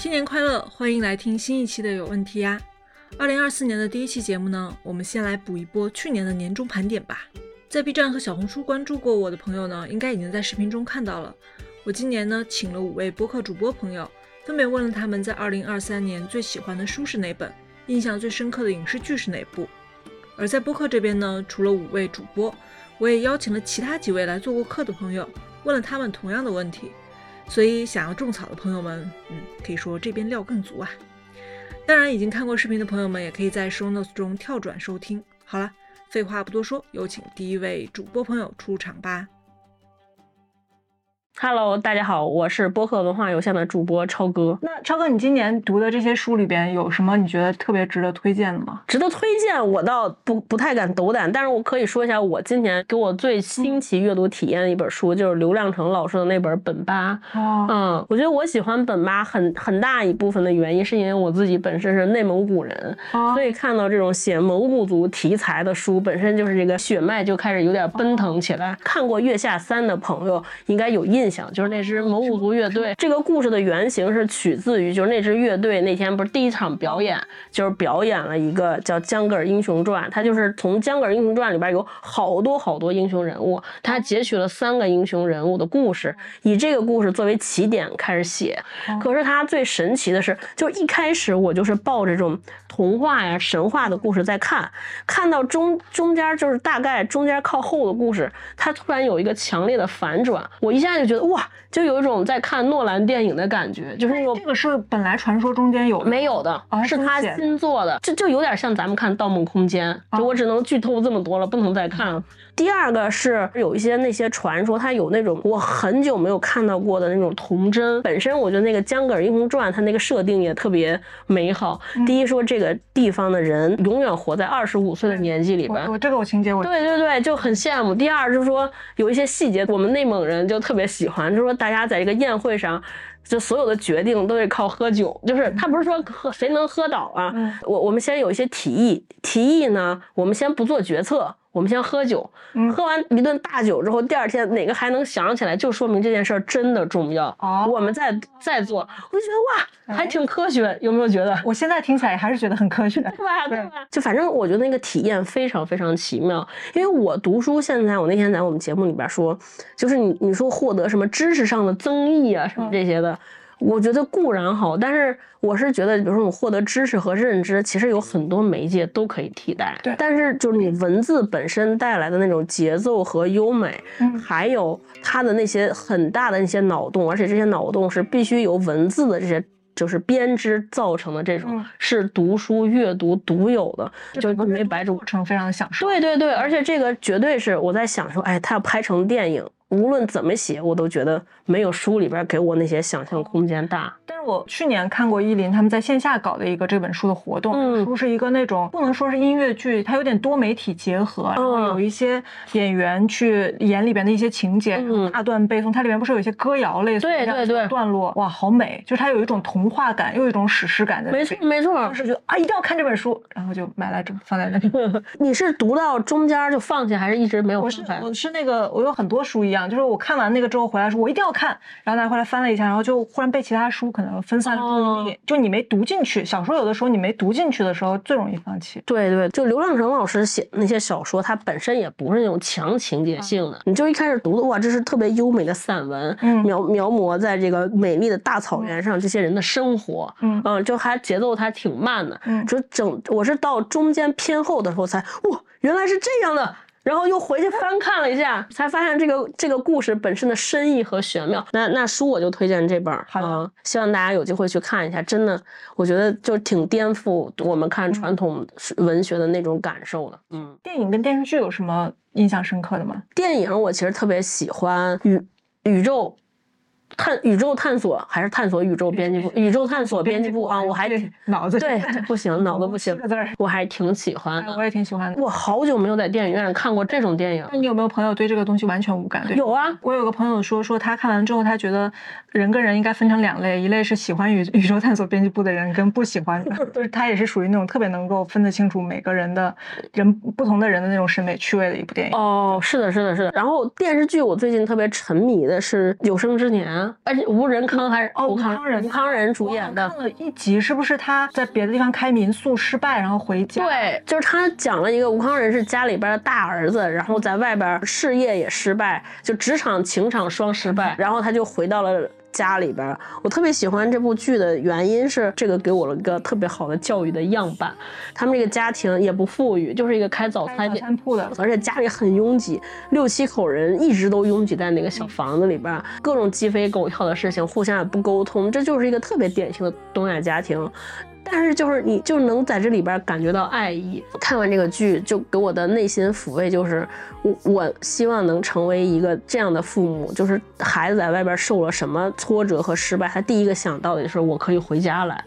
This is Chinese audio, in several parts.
新年快乐，欢迎来听新一期的有问题呀。2024年的第一期节目呢，我们先来补一波去年的年终盘点吧。在 B 站和小红书关注过我的朋友呢，应该已经在视频中看到了。我今年呢，请了5位播客主播朋友，分别问了他们在2023年最喜欢的书是哪本，印象最深刻的影视剧是哪部。而在播客这边呢，除了5位主播，我也邀请了其他几位来做过客的朋友，问了他们同样的问题。所以想要种草的朋友们，可以说这边料更足啊。当然已经看过视频的朋友们也可以在 show notes 中跳转收听。好了，废话不多说，有请第一位主播朋友出场吧。 Hello， 大家好，我是播客文化有限的主播超哥。 那超哥，你今年读的这些书里边有什么你觉得特别值得推荐的吗？ 值得推荐我倒不太敢斗胆，但是我可以说一下我今年给我最新奇阅读体验的一本书，就是刘亮程老师的那本《本八》。我觉得我喜欢《本八》很大一部分的原因是因为我自己本身是内蒙古人，所以看到这种写蒙古族题材的书，本身就是这个血脉就开始有点奔腾起来。看过《月下三》的朋友应该有印象，就是那支蒙古族乐队。这个故事的原型是取自于就是那支乐队那天不是第一场表演，就是表演了一个叫《江格尔英雄传》，它就是从《江格尔英雄传》里边有好多英雄人物，它截取了3个英雄人物的故事，以这个故事作为起点开始写。可是它最神奇的是，就一开始我就是抱着这种童话呀神话的故事在看到中间就是大概中间靠后的故事，它突然有一个强烈的反转，我一下就觉得哇，就有一种在看诺兰电影的感觉，就是那种这个是本来传说中间有没有的，是他新做的，就有点像咱们看《盗梦空间》，就我只能剧透这么多了，不能再看了。第二个是有一些那些传说，它有那种我很久没有看到过的那种童真。本身我觉得那个《江格尔英雄传》它那个设定也特别美好。第一说这个地方的人永远活在25岁的年纪里边， 这个我情节我对就很羡慕。第二就是说有一些细节我们内蒙人就特别喜欢，就是说大家在这个宴会上就所有的决定都得靠喝酒，就是他不是说谁能喝倒啊。我们先有一些提议呢，我们先不做决策，我们先喝酒，喝完一顿大酒之后，第二天哪个还能想起来，就说明这件事真的重要。我们再做，我就觉得哇，还挺科学，有没有觉得？ 我现在听起来还是觉得很科学， 对吧？就反正我觉得那个体验非常非常奇妙。因为我读书，现在我那天在我们节目里边说，就是你说获得什么知识上的增益啊，什么这些的。我觉得固然好，但是我是觉得，比如说我获得知识和认知，其实有很多媒介都可以替代。 对， 但是就是你文字本身带来的那种节奏和优美，还有它的那些很大的那些脑洞，而且这些脑洞是必须由文字的这些就是编织造成的，这种是读书阅读独有的，就没白读， 过程非常享受。 对，而且这个绝对是我在想说，它要拍成电影。无论怎么写，我都觉得没有书里边给我那些想象空间大。 但是我去年看过依林他们在线下搞的一个这本书的活动，书是一个那种不能说是音乐剧，它有点多媒体结合，然后有一些演员去演里边的一些情节，大段背诵，它里面不是有一些歌谣类似的段落，哇，好美，就是它有一种童话感，又有一种史诗感的。 没错， 当时觉得一定要看这本书，然后就买来放在那里。 你是读到中间就放弃，还是一直没有放？ 我是那个，我有很多书一样。就是我看完那个之后回来说我一定要看，然后拿回来翻了一下，然后就忽然被其他书可能分散了注意力，就你没读进去。小说有的时候你没读进去的时候最容易放弃。 对，就刘亮程老师写的那些小说，它本身也不是那种强情节性的，你就一开始读的哇，这是特别优美的散文，描摹在这个美丽的大草原上这些人的生活，就还节奏还挺慢的，我是到中间偏后的时候才哇，原来是这样的。然后又回去翻看了一下，才发现这个故事本身的深意和玄妙。那书我就推荐这本，希望大家有机会去看一下。真的，我觉得就挺颠覆我们看传统文学的那种感受的。 电影跟电视剧有什么印象深刻的吗？ 电影我其实特别喜欢宇宙探索还是探索宇宙编辑部？宇宙探索编辑部啊，我还脑子对不行，脑子不行，我还挺喜欢的。 我也挺喜欢的。 我好久没有在电影院看过这种电影。 那你有没有朋友对这个东西完全无感？对， 有啊， 我有个朋友说他看完之后，他觉得人跟人应该分成2类，一类是喜欢宇宙探索编辑部的人，跟不喜欢的。就是他也是属于那种特别能够分得清楚每个人不同的人的那种审美趣味的一部电影。 是的。然后电视剧我最近特别沉迷的是《有生之年》。 人，而且吴仁康还是吴康仁主演的。 看了一集，是不是他在别的地方开民宿失败，然后回家？ 对，就是他讲了一个吴康仁是家里边的大儿子，然后在外边事业也失败，就职场情场双失败，然后他就回到了家里边。我特别喜欢这部剧的原因是这个给我了一个特别好的教育的样板。他们这个家庭也不富裕，就是一个开早餐铺的， 而且家里很拥挤，6、7口人一直都拥挤在那个小房子里边，各种鸡飞狗跳的事情，互相也不沟通，这就是一个特别典型的东亚家庭。但是就是你就能在这里边感觉到爱意。看完这个剧就给我的内心抚慰，就是我希望能成为一个这样的父母，就是孩子在外边受了什么挫折和失败，他第一个想到的就是我可以回家来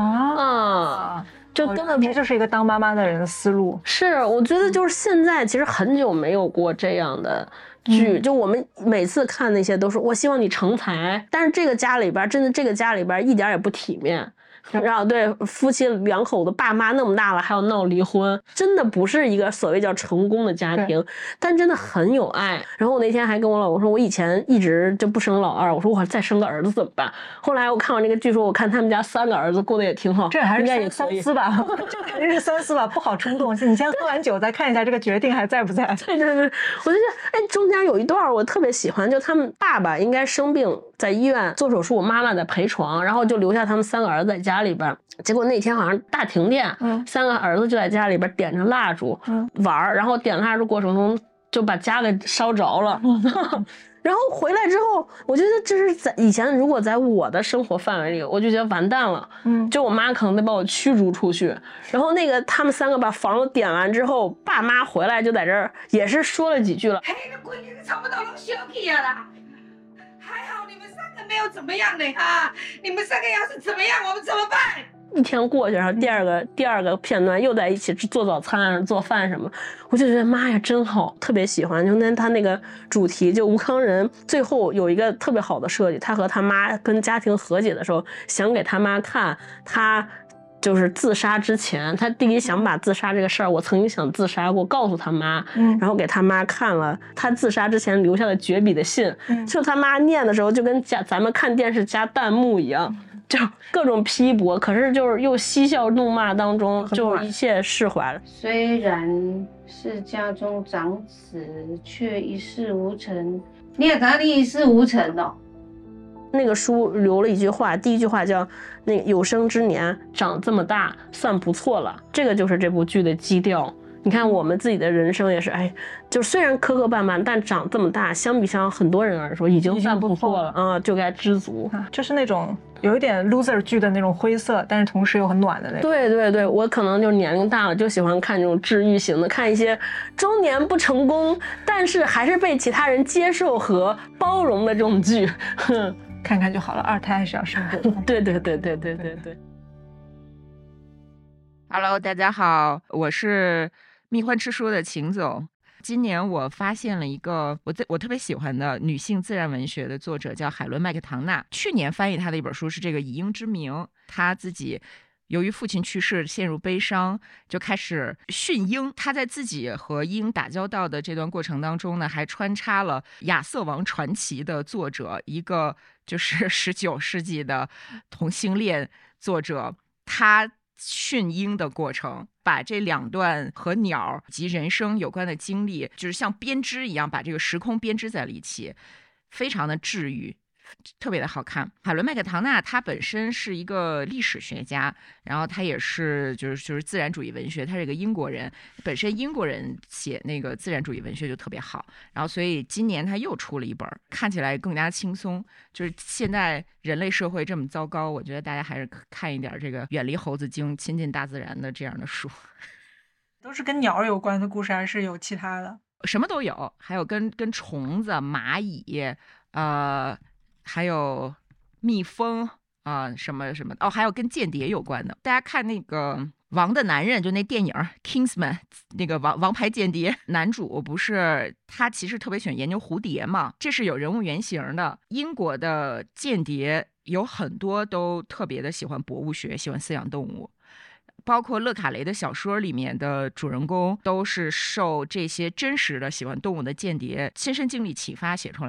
就根本这就是一个当妈妈的人的思路。 是，我觉得就是现在其实很久没有过这样的剧，就我们每次看那些都是我希望你成才，但是这个家里边真的这个家里边一点也不体面。然后对夫妻两口子爸妈那么大了还要闹离婚，真的不是一个所谓叫成功的家庭，但真的很有爱。然后我那天还跟我老公说，我以前一直就不生老二，我说我再生个儿子怎么办？后来我看完这个剧说，我看他们家3个儿子过得也挺好， 这还是应该也三思吧，这肯定是三思吧，不好冲动。你先喝完酒再看一下这个决定还在不在。 对，我就觉得中间有一段我特别喜欢，就他们爸爸应该生病在医院做手术，妈妈在陪床，然后就留下他们3个儿子在家里边。结果那天好像大停电，3个儿子就在家里边点着蜡烛玩，然后点蜡烛过程中就把家给烧着了。然后回来之后，我觉得这是在以前如果在我的生活范围里，我就觉得完蛋了。就我妈可能得把我驱逐出去。然后他们3个把房子点完之后，爸妈回来就在这儿也是说了几句了。 嘿，那闺女差不多都休气了啦。还好你们3个没有怎么样呢哈，你们3个要是怎么样，我们怎么办？ 一天过去，然后第二个片段又在一起做早餐、做饭什么，我就觉得妈呀，真好，特别喜欢。就他那个主题，就吴康仁最后有一个特别好的设计，他和他妈跟家庭和解的时候，想给他妈看他就是自杀之前，他第一想把自杀这个事儿，我曾经想自杀过，告诉他妈，然后给他妈看了他自杀之前留下的绝笔的信，就他妈念的时候就跟咱们看电视加弹幕一样。就各种批驳，可是就是又嬉笑怒骂当中，就一切释怀了。 虽然是家中长子，却一事无成。你也看你一事无成哦。 那个书留了一句话，第一句话叫“那有生之年长这么大算不错了”，这个就是这部剧的基调。你看我们自己的人生也是，就虽然磕磕绊绊，但长这么大，相比上很多人来说，已经算不错了啊，就该知足。 就是那种有一点 loser 剧的那种灰色，但是同时又很暖的那种。 对，我可能就是年龄大了，就喜欢看这种治愈型的，看一些中年不成功，但是还是被其他人接受和包容的这种剧。 看看就好了，二胎还是要生的。 对。 Hello， 大家好，我是蜜獾吃书的秦总。今年我发现了一个我特别喜欢的女性自然文学的作者，叫海伦麦克唐纳。去年翻译她的一本书是这个《以鹰之名》，她自己由于父亲去世陷入悲伤，就开始驯鹰。她在自己和鹰打交道的这段过程当中呢，还穿插了亚瑟王传奇的作者，一个就是19世纪的同性恋作者，他驯鹰的过程，把这2段和鸟及人生有关的经历，就是像编织一样把这个时空编织在了一起，非常的治愈，特别的好看。海伦麦克唐纳他本身是一个历史学家，然后他也是就是自然主义文学，他是一个英国人，本身英国人写那个自然主义文学就特别好，然后所以今年他又出了一本，看起来更加轻松。就是现在人类社会这么糟糕，我觉得大家还是看一点这个远离猴子精、亲近大自然的这样的书。 都是跟鸟有关的故事，还是有其他的？ 什么都有，还有跟虫子、蚂蚁，还有蜜蜂什么什么哦，还有跟间谍有关的。大家看那个《王的男人》，就那电影 Kingsman， 那个王牌间谍，男主不是他其实特别喜欢研究蝴蝶嘛，这是有人物原型的。英国的间谍有很多都特别的喜欢博物学，喜欢饲养动物。包括勒卡雷的小说里面的主人公都是受这些真实的喜欢动物的间谍亲身经历启发写出来的。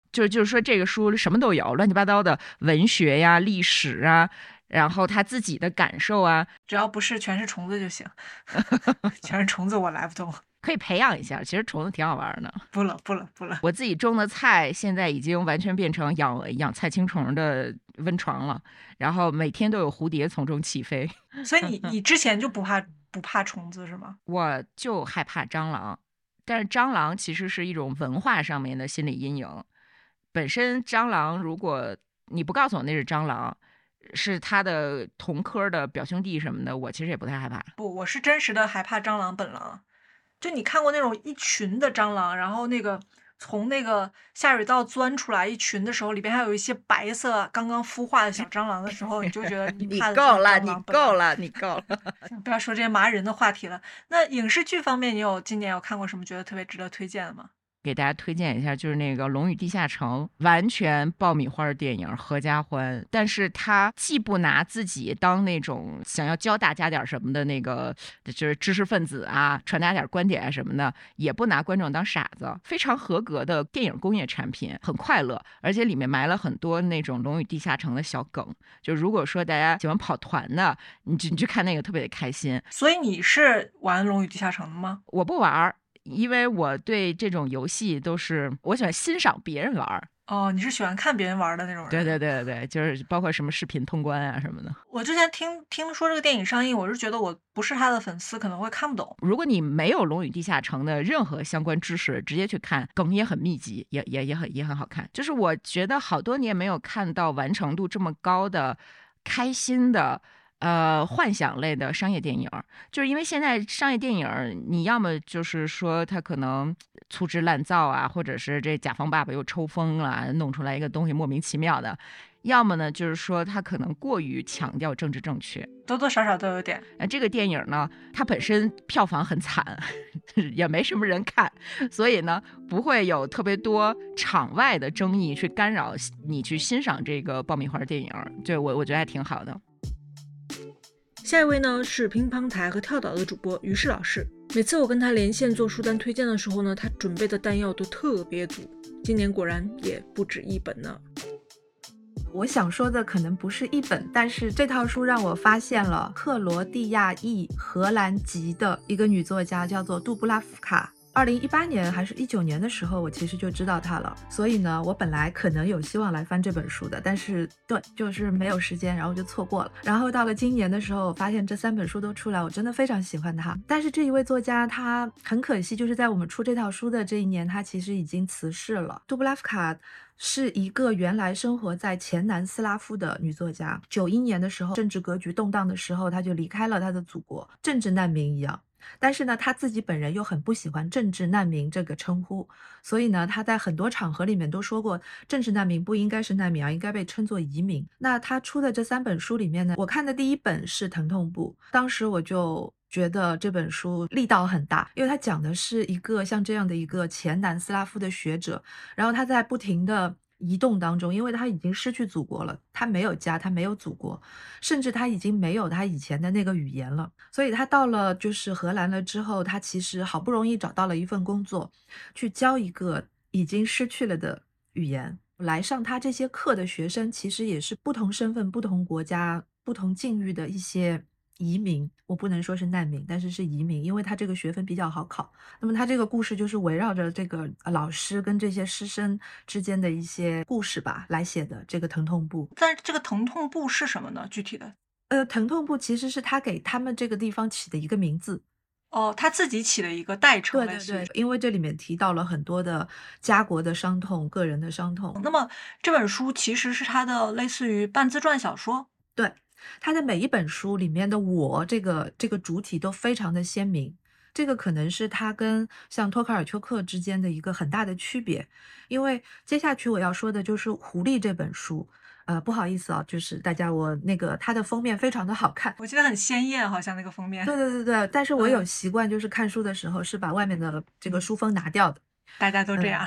就是说这个书什么都有，乱七八糟的文学呀、历史啊，然后他自己的感受啊， 只要不是全是虫子就行。全是虫子我来不动。 可以培养一下，其实虫子挺好玩的。 不了。 我自己种的菜现在已经完全变成养菜青虫的温床了，然后每天都有蝴蝶从中起飞。 所以你之前就不怕虫子是吗？ 我就害怕蟑螂，但是蟑螂其实是一种文化上面的心理阴影。本身蟑螂如果你不告诉我那是蟑螂，是它的同科的表兄弟什么的，我其实也不太害怕。 不，我是真实的害怕蟑螂本狼。就你看过那种一群的蟑螂，然后那个从那个下水道钻出来一群的时候，里边还有一些白色刚刚孵化的小蟑螂的时候，你就觉得你怕的够了， 你够了。 不要说这些麻人的话题了。那影视剧方面，你今年有看过什么觉得特别值得推荐的吗？ 给大家推荐一下，就是那个《龙与地下城》，完全爆米花电影，合家欢。但是他既不拿自己当那种想要教大家点什么的那个，就是知识分子啊，传达点观点啊什么的，也不拿观众当傻子，非常合格的电影工业产品，很快乐，而且里面埋了很多那种《龙与地下城》的小梗。就如果说大家喜欢跑团的，你去看那个特别的开心。 所以你是玩《龙与地下城》的吗？ 我不玩。因为我对这种游戏都是我喜欢欣赏别人玩。 哦，你是喜欢看别人玩的那种人？ 对，就是包括什么视频通关啊什么的。 我之前听说这个电影上映，我是觉得我不是他的粉丝，可能会看不懂。 如果你没有《龙与地下城》的任何相关知识，直接去看，梗也很密集，也很好看。就是我觉得好多年没有看到完成度这么高的、开心的。幻想类的商业电影，就是因为现在商业电影，你要么就是说它可能粗制滥造啊，或者是这甲方爸爸又抽风了，弄出来一个东西莫名其妙的，要么呢就是说它可能过于强调政治正确， 多多少少都有点。 这个电影呢，它本身票房很惨，也没什么人看，所以呢不会有特别多场外的争议去干扰你去欣赏这个爆米花电影，对我觉得还挺好的。 下一位呢是乒乓台和跳岛的主播于适老师。每次我跟他连线做书单推荐的时候呢，他准备的弹药都特别足，今年果然也不止一本呢。 我想说的可能不是一本，但是这套书让我发现了克罗地亚裔荷兰籍的一个女作家，叫做杜布拉夫卡。2018年还是19年的时候，我其实就知道她了，所以呢，我本来可能有希望来翻这本书的，但是对，就是没有时间，然后就错过了。然后到了今年的时候，我发现这3本书都出来，我真的非常喜欢她。但是这一位作家，她很可惜，就是在我们出这套书的这一年，她其实已经辞世了。杜布拉夫卡是一个原来生活在前南斯拉夫的女作家，91年的时候，政治格局动荡的时候，她就离开了她的祖国，政治难民一样。但是呢，他自己本人又很不喜欢政治难民这个称呼，所以呢，他在很多场合里面都说过，政治难民不应该是难民啊，应该被称作移民。那他出的这3本书里面呢，我看的第一本是《疼痛部》，当时我就觉得这本书力道很大，因为他讲的是一个像这样的一个前南斯拉夫的学者，然后他在不停的移动当中，因为他已经失去祖国了，他没有家，他没有祖国，甚至他已经没有他以前的那个语言了，所以他到了就是荷兰了之后，他其实好不容易找到了一份工作，去教一个已经失去了的语言。来上他这些课的学生其实也是不同身份、不同国家、不同境遇的一些移民，我不能说是难民，但是是移民，因为他这个学分比较好考。那么他这个故事就是围绕着这个老师跟这些师生之间的一些故事吧来写的这个疼痛部。 但是这个疼痛部是什么呢？具体的？ 疼痛部其实是他给他们这个地方起的一个名字。 哦，他自己起了一个代称。 对，因为这里面提到了很多的家国的伤痛、个人的伤痛。 那么这本书其实是他的类似于半自传小说。 对。他的每一本书里面的我这个主体都非常的鲜明，这个可能是他跟像托卡尔丘克之间的一个很大的区别。因为接下去我要说的就是《狐狸》这本书，不好意思啊，就是大家我那个它的封面非常的好看， 我记得很鲜艳，好像那个封面。 对，但是我有习惯就是看书的时候是把外面的这个书封拿掉的。 大家都这样。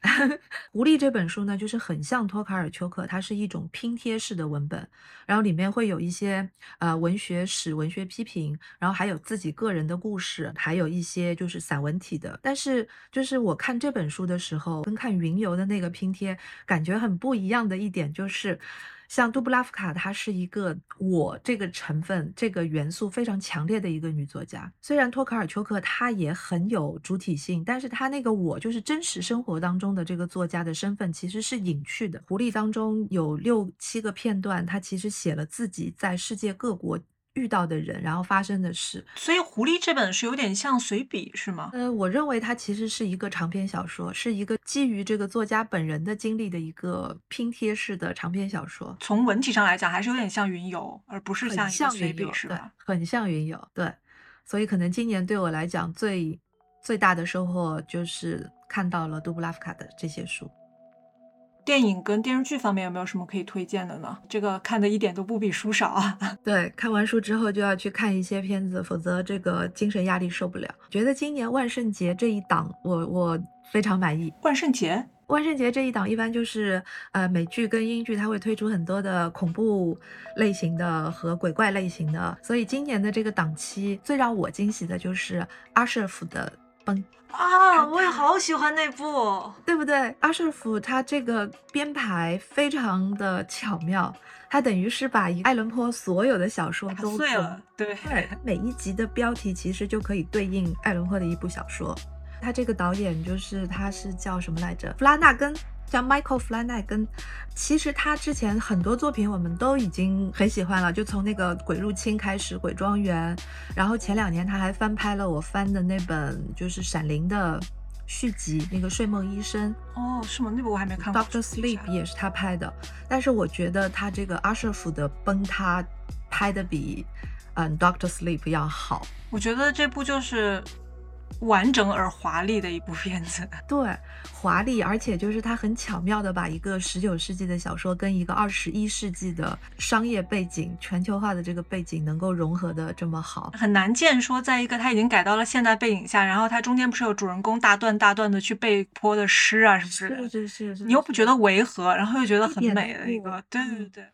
狐狸这本书呢，就是很像托卡尔丘克，它是一种拼贴式的文本，然后里面会有一些文学史、文学批评，然后还有自己个人的故事，还有一些就是散文体的。但是就是我看这本书的时候，跟看云游的那个拼贴感觉很不一样的一点就是。像杜布拉夫卡，她是一个我这个成分、这个元素非常强烈的一个女作家。虽然托卡尔丘克她也很有主体性，但是她那个我就是真实生活当中的这个作家的身份其实是隐去的。狐狸当中有6、7个片段，她其实写了自己在世界各国遇到的人，然后发生的事。 所以狐狸这本是有点像随笔是吗？ 我认为它其实是一个长篇小说，是一个基于这个作家本人的经历的一个拼贴式的长篇小说。 从文体上来讲，还是有点像云游，而不是像一个随笔，是吧？ 对，很像云游，对。所以可能今年对我来讲最大的收获就是看到了杜布拉夫卡的这些书。 电影跟电视剧方面有没有什么可以推荐的呢？这个看的一点都不比书少啊。 对，看完书之后就要去看一些片子，否则这个精神压力受不了。觉得今年万圣节这一档我非常满意。 万圣节这一档一般就是美剧跟英剧它会推出很多的恐怖类型的和鬼怪类型的，所以今年的这个档期最让我惊喜的就是阿舍夫的崩啊，我也好喜欢那部， 对不对？阿舍夫他这个编排非常的巧妙，他等于是把爱伦坡所有的小说都碎了，对， 每一集的标题其实就可以对应爱伦坡的一部小说。他这个导演他是叫什么来着？弗拉纳根，叫 Michael Flanagan。其实他之前很多作品我们都已经很喜欢了，就从那个鬼入侵开始，鬼庄园，然后前2年他还翻拍了我翻的那本就是闪灵的续集，那个睡梦医生。 哦，是吗？那部我还没看过。 Dr. Sleep 也是他拍的，但是我觉得他这个阿舍夫的崩他拍的比Dr. Sleep 要好。 我觉得这部就是完整而华丽的一部片子。 对，华丽，而且就是它很巧妙的把一个19世纪的小说跟一个21世纪的商业背景、全球化的这个背景能够融合的这么好， 很难见说在一个它已经改到了现代背景下，然后它中间不是有主人公大段大段的去背坡的诗啊什么之类的， 是， 你又不觉得违和，然后又觉得很美的一个，对。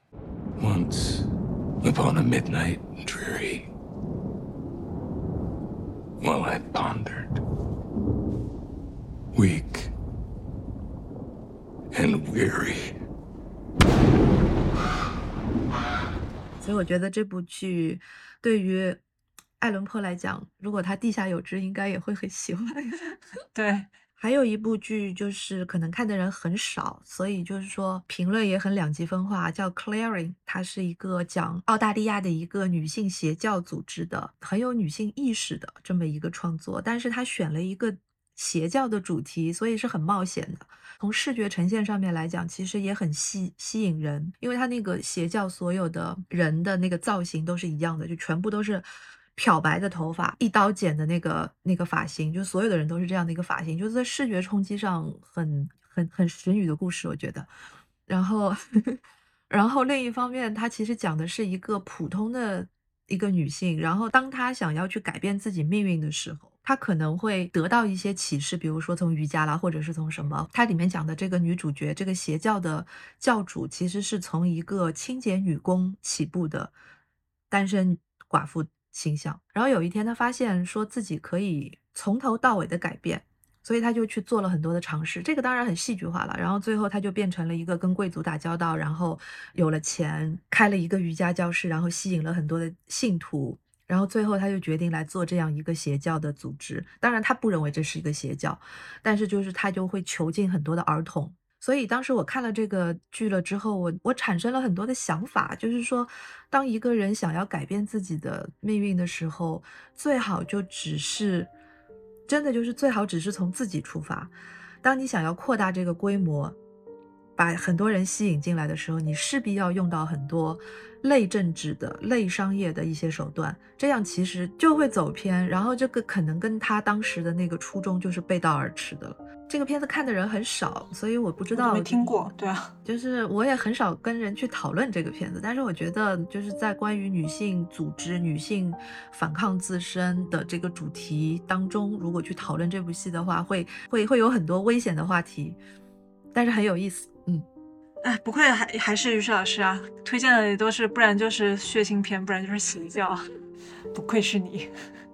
Once upon a midnight dreary, while I pondered, weak and weary. 所以我觉得这部剧对于爱伦坡来讲，如果他地下有知，应该也会很喜欢。 对， 还有一部剧就是可能看的人很少，所以就是说评论也很两极分化，叫 Clearing。 它是一个讲澳大利亚的一个女性邪教组织的，很有女性意识的这么一个创作，但是他选了一个邪教的主题，所以是很冒险的。从视觉呈现上面来讲，其实也很吸引人，因为他那个邪教所有的人的那个造型都是一样的，就全部都是漂白的头发，一刀剪的那个发型，就所有的人都是这样的一个发型，就是在视觉冲击上很神女的故事，我觉得。然后然后另一方面，它其实讲的是一个普通的一个女性，然后当她想要去改变自己命运的时候，她可能会得到一些启示，比如说从瑜伽啦，或者是从什么。它里面讲的这个女主角，这个邪教的教主，其实是从一个清洁女工起步的单身寡妇形象。然后有一天她发现说自己可以从头到尾的改变，所以他就去做了很多的尝试，这个当然很戏剧化了。然后最后他就变成了一个跟贵族打交道，然后有了钱，开了一个瑜伽教室，然后吸引了很多的信徒。然后最后他就决定来做这样一个邪教的组织，当然他不认为这是一个邪教，但是就是他就会囚禁很多的儿童。所以当时我看了这个剧了之后，我产生了很多的想法，就是说当一个人想要改变自己的命运的时候，最好就真的就是最好只是从自己出发。当你想要扩大这个规模， 把很多人吸引进来的时候，你势必要用到很多类政治的、类商业的一些手段，这样其实就会走偏，然后这个可能跟他当时的那个初衷就是背道而驰的了。这个片子看的人很少，所以我不知道， 我没听过。对啊， 就是我也很少跟人去讨论这个片子，但是我觉得就是在关于女性组织、女性反抗自身的这个主题当中，如果去讨论这部戏的话，会有很多危险的话题，但是很有意思。 哎，不愧还是于适老师啊，推荐的也都是，不然就是血腥片，不然就是邪教，不愧是你。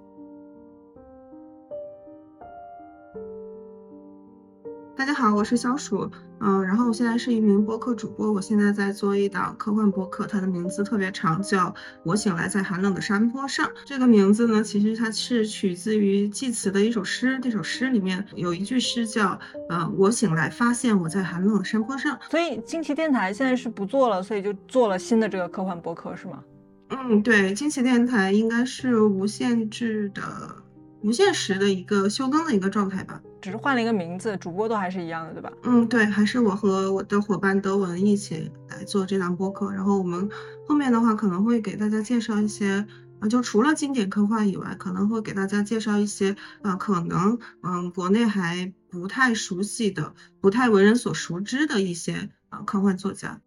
大家好，我是小鼠，然后我现在是一名播客主播，我现在在做一档科幻播客，它的名字特别长，叫《我醒来在寒冷的山坡上》。这个名字呢，其实它是取自于济慈的一首诗，这首诗里面有一句诗叫我醒来发现我在寒冷的山坡上。 所以惊奇电台现在是不做了，所以就做了新的这个科幻播客是吗？ 对，惊奇电台应该是无限时的一个休更的一个状态吧， 只是换了一个名字，主播都还是一样的，对吧？ 对，还是我和我的伙伴德文一起来做这档播客，然后我们后面的话可能会给大家介绍一些就除了经典科幻以外，可能会给大家介绍一些可能国内还不太熟悉的、不太为人所熟知的一些科幻作家。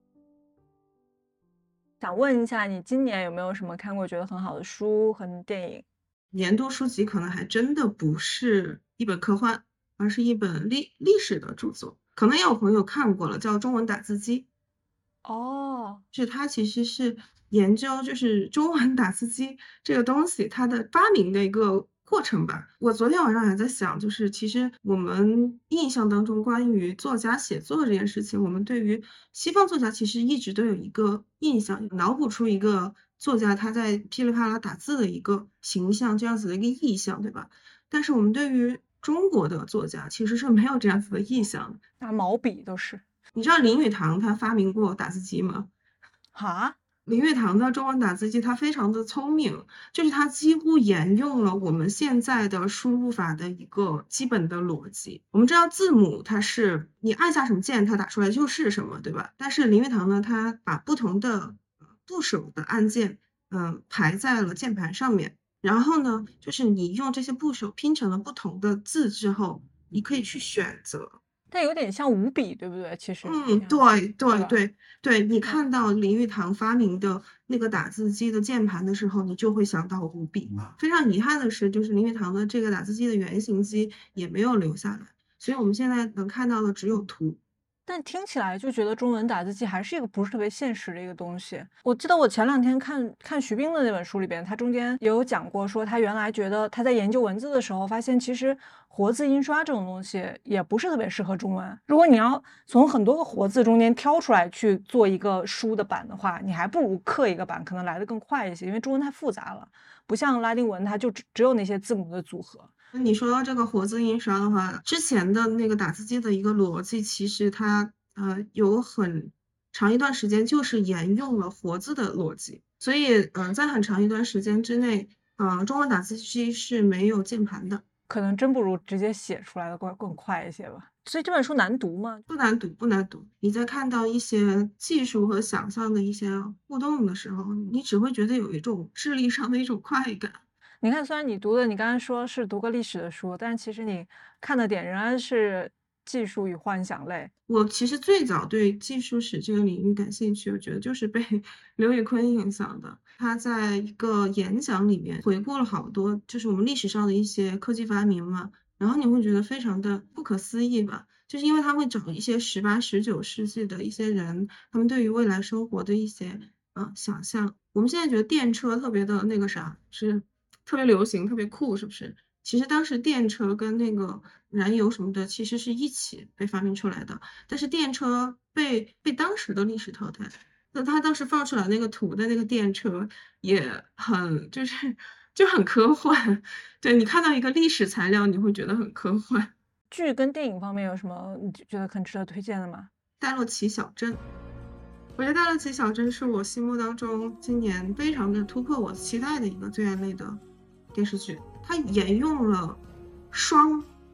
想问一下，你今年有没有什么看过觉得很好的书和电影？ 年度书籍可能还真的不是一本科幻，而是一本历史的著作，可能也有朋友看过了，叫《中文打字机》。是它其实是研究就是中文打字机这个东西它的发明的一个过程吧。我昨天晚上还在想，就是其实我们印象当中关于作家写作这件事情，我们对于西方作家其实一直都有一个印象，脑补出一个作家他在噼里啪啦打字的一个形象，这样子的一个意象，对吧？但是我们对于中国的作家其实是没有这样子的意象的， 拿毛笔都是。 你知道林语堂他发明过打字机吗？林语堂的中文打字机它非常的聪明，就是它几乎沿用了我们现在的输入法的一个基本的逻辑。我们知道字母它是你按下什么键它打出来就是什么，对吧？但是林语堂呢，他把不同的部首的按键排在了键盘上面，然后呢就是你用这些部首拼成了不同的字之后，你可以去选择。 但有点像五笔，对不对？其实对，你看到林语堂发明的那个打字机的键盘的时候，你就会想到五笔。非常遗憾的是，就是林语堂的这个打字机的原型机也没有留下来，所以我们现在能看到的只有图。 但听起来就觉得中文打字机还是一个不是特别现实的一个东西。我记得我前2天看徐冰的那本书里边，他中间也有讲过，说他原来觉得他在研究文字的时候，发现其实活字印刷这种东西也不是特别适合中文。如果你要从很多个活字中间挑出来去做一个书的版的话，你还不如刻一个版可能来得更快一些，因为中文太复杂了，不像拉丁文它就只有那些字母的组合。 你说到这个活字印刷的话，之前的那个打字机的一个逻辑，其实它有很长一段时间就是沿用了活字的逻辑，所以在很长一段时间之内，中文打字机是没有键盘的， 可能真不如直接写出来的更快一些吧。所以这本书难读吗？ 不难读。你在看到一些技术和想象的一些互动的时候，你只会觉得有一种智力上的一种快感。 你看，虽然你刚才说是读个历史的书，但其实你看的点仍然是技术与幻想类。 我其实最早对技术史这个领域感兴趣，我觉得就是被刘宇昆影响的。他在一个演讲里面回顾了好多就是我们历史上的一些科技发明嘛，然后你会觉得非常的不可思议吧，就是因为他会找一些18、19世纪的一些人，他们对于未来生活的一些想象。我们现在觉得电车特别的那个啥，是特别流行特别酷，是不是？其实当时电车跟那个燃油什么的其实是一起被发明出来的，但是电车被当时的历史淘汰。那他当时放出来那个图的那个电车也很就很科幻。对，你看到一个历史材料你会觉得很科幻。 剧跟电影方面有什么你觉得很值得推荐的吗？ 戴洛奇小镇，我觉得戴洛奇小镇是我心目当中今年非常的突破我期待的一个罪案类的电视剧。它沿用了双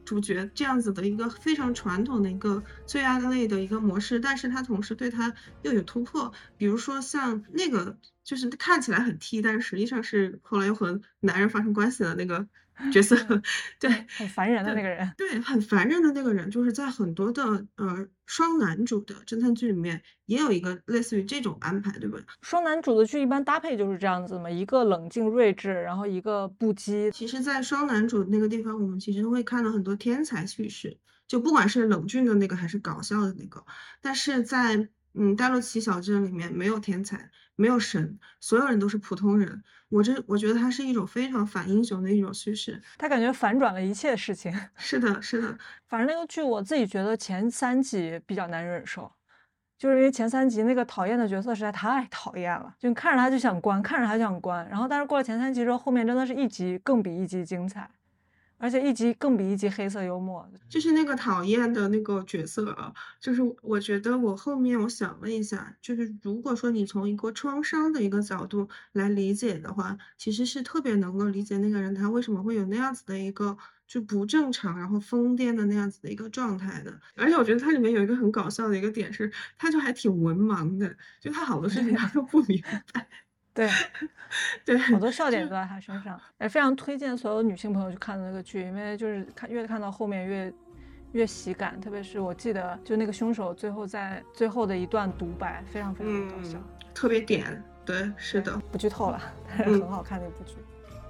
主角这样子的一个非常传统的一个罪案类的一个模式，但是他同时对他又有突破。比如说像那个就是看起来很 T， 但是实际上是后来又和男人发生关系的那个角色，对， 很烦人的那个人， 对，很烦人的那个人，就是在很多的双男主的侦探剧里面也有一个类似于这种安排，对吧？ 双男主的剧一般搭配就是这样子嘛，一个冷静睿智，然后一个不羁。 其实在双男主那个地方，我们其实会看到很多天才叙事，就不管是冷峻的那个还是搞笑的那个，但是在戴洛奇小镇里面没有天才，没有神，所有人都是普通人。我觉得它是一种非常反英雄的一种叙事， 他感觉反转了一切事情。 是的，是的。 反正那个剧我自己觉得前3集比较难忍受，就是因为前3集那个讨厌的角色实在太讨厌了，就看着他就想关，看着他就想关。然后但是过了前3集之后，后面真的是一集更比一集精彩，而且一集更比一集黑色幽默。 就是那个讨厌的那个角色啊，就是我觉得我后面我想了一下，就是如果说你从一个创伤的一个角度来理解的话，其实是特别能够理解那个人他为什么会有那样子的一个就不正常然后疯癫的那样子的一个状态的。而且我觉得它里面有一个很搞笑的一个点是，他就还挺文盲的，就他好多事情他都不明白。 对对， 好多笑点都在他身上，也非常推荐所有女性朋友去看的那个剧，因为就是越看到后面越喜感，特别是我记得就那个凶手最后的一段独白非常非常搞笑， 特别点。对，是的， 不剧透了，但是很好看的一部剧。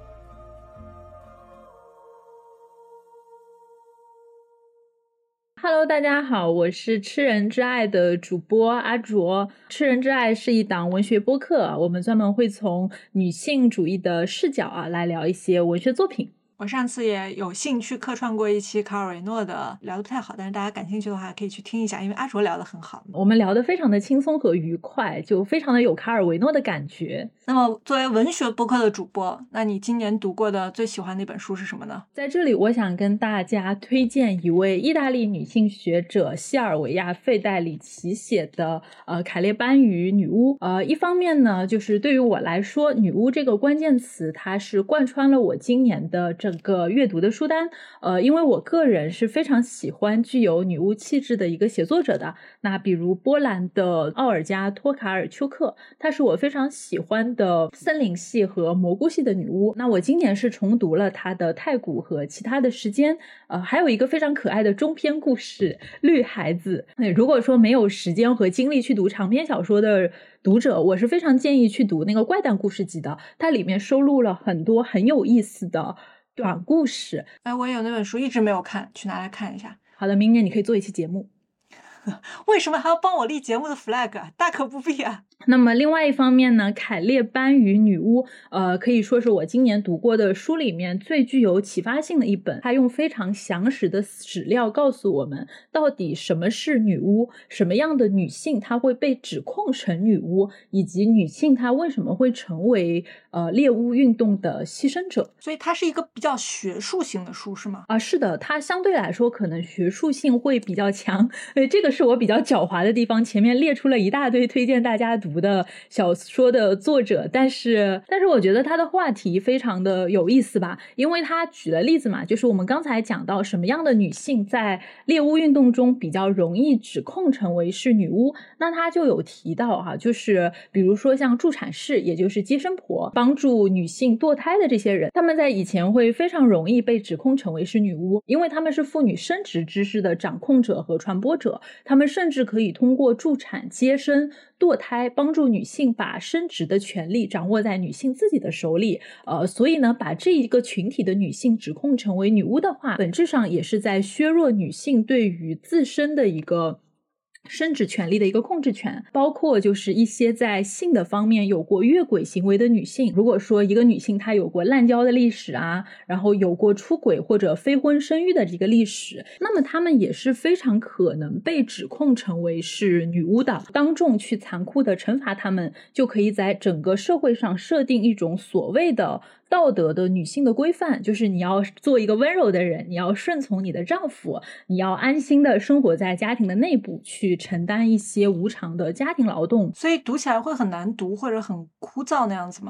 Hello， 大家好，我是吃人之爱的主播阿卓。吃人之爱是一档文学播客，我们专门会从女性主义的视角来聊一些文学作品。 我上次也有幸去客串过一期卡尔维诺的，聊得不太好，但是大家感兴趣的话可以去听一下，因为阿卓聊得很好。 我们聊得非常的轻松和愉快，就非常的有卡尔维诺的感觉。 那么作为文学播客的主播，那你今年读过的最喜欢的一本书是什么呢？ 在这里我想跟大家推荐一位意大利女性学者西尔维亚·费代里奇写的凯列班与女巫。一方面呢，就是对于我来说，女巫这个关键词它是贯穿了我今年的整个阅读的书单。因为我个人是非常喜欢具有女巫气质的一个写作者的。那比如波兰的奥尔加·托卡尔丘克，她是我非常喜欢的森林系和蘑菇系的女巫。那我今年是重读了她的《太古和其他的时间》，还有一个非常可爱的中篇故事《绿孩子》。如果说没有时间和精力去读长篇小说的读者，我是非常建议去读那个怪诞故事集的，它里面收录了很多很有意思的短故事。 我也有那本书，一直没有看，去拿来看一下。 好的，明年你可以做一期节目。 为什么还要帮我立节目的 flag 啊？大可不必啊。 那么另外一方面呢，凯列班与女巫可以说是我今年读过的书里面最具有启发性的一本。它用非常详实的史料告诉我们到底什么是女巫，什么样的女性她会被指控成女巫，以及女性她为什么会成为猎巫运动的牺牲者。 所以它是一个比较学术性的书是吗？ 是的，它相对来说可能学术性会比较强。这个是我比较狡猾的地方，前面列出了一大堆推荐大家读的小说的作者，但是我觉得他的话题非常的有意思吧，因为他举了例子嘛，就是我们刚才讲到什么样的女性在猎巫运动中比较容易指控成为是女巫，那他就有提到就是比如说像助产士，也就是接生婆，帮助女性堕胎的这些人，他们在以前会非常容易被指控成为是女巫，因为他们是妇女生殖知识的掌控者和传播者，他们甚至可以通过助产、接生、堕胎帮助女性把生殖的权利掌握在女性自己的手里。所以呢，把这一个群体的女性指控成为女巫的话，本质上也是在削弱女性对于自身的一个生殖权利的一个控制权，包括就是一些在性的方面有过越轨行为的女性，如果说一个女性她有过滥交的历史然后有过出轨或者非婚生育的这个历史，那么她们也是非常可能被指控成为是女巫的，当众去残酷的惩罚她们，就可以在整个社会上设定一种所谓的道德的女性的规范，就是你要做一个温柔的人，你要顺从你的丈夫，你要安心的生活在家庭的内部，去承担一些无偿的家庭劳动。 所以读起来会很难读或者很枯燥那样子吗？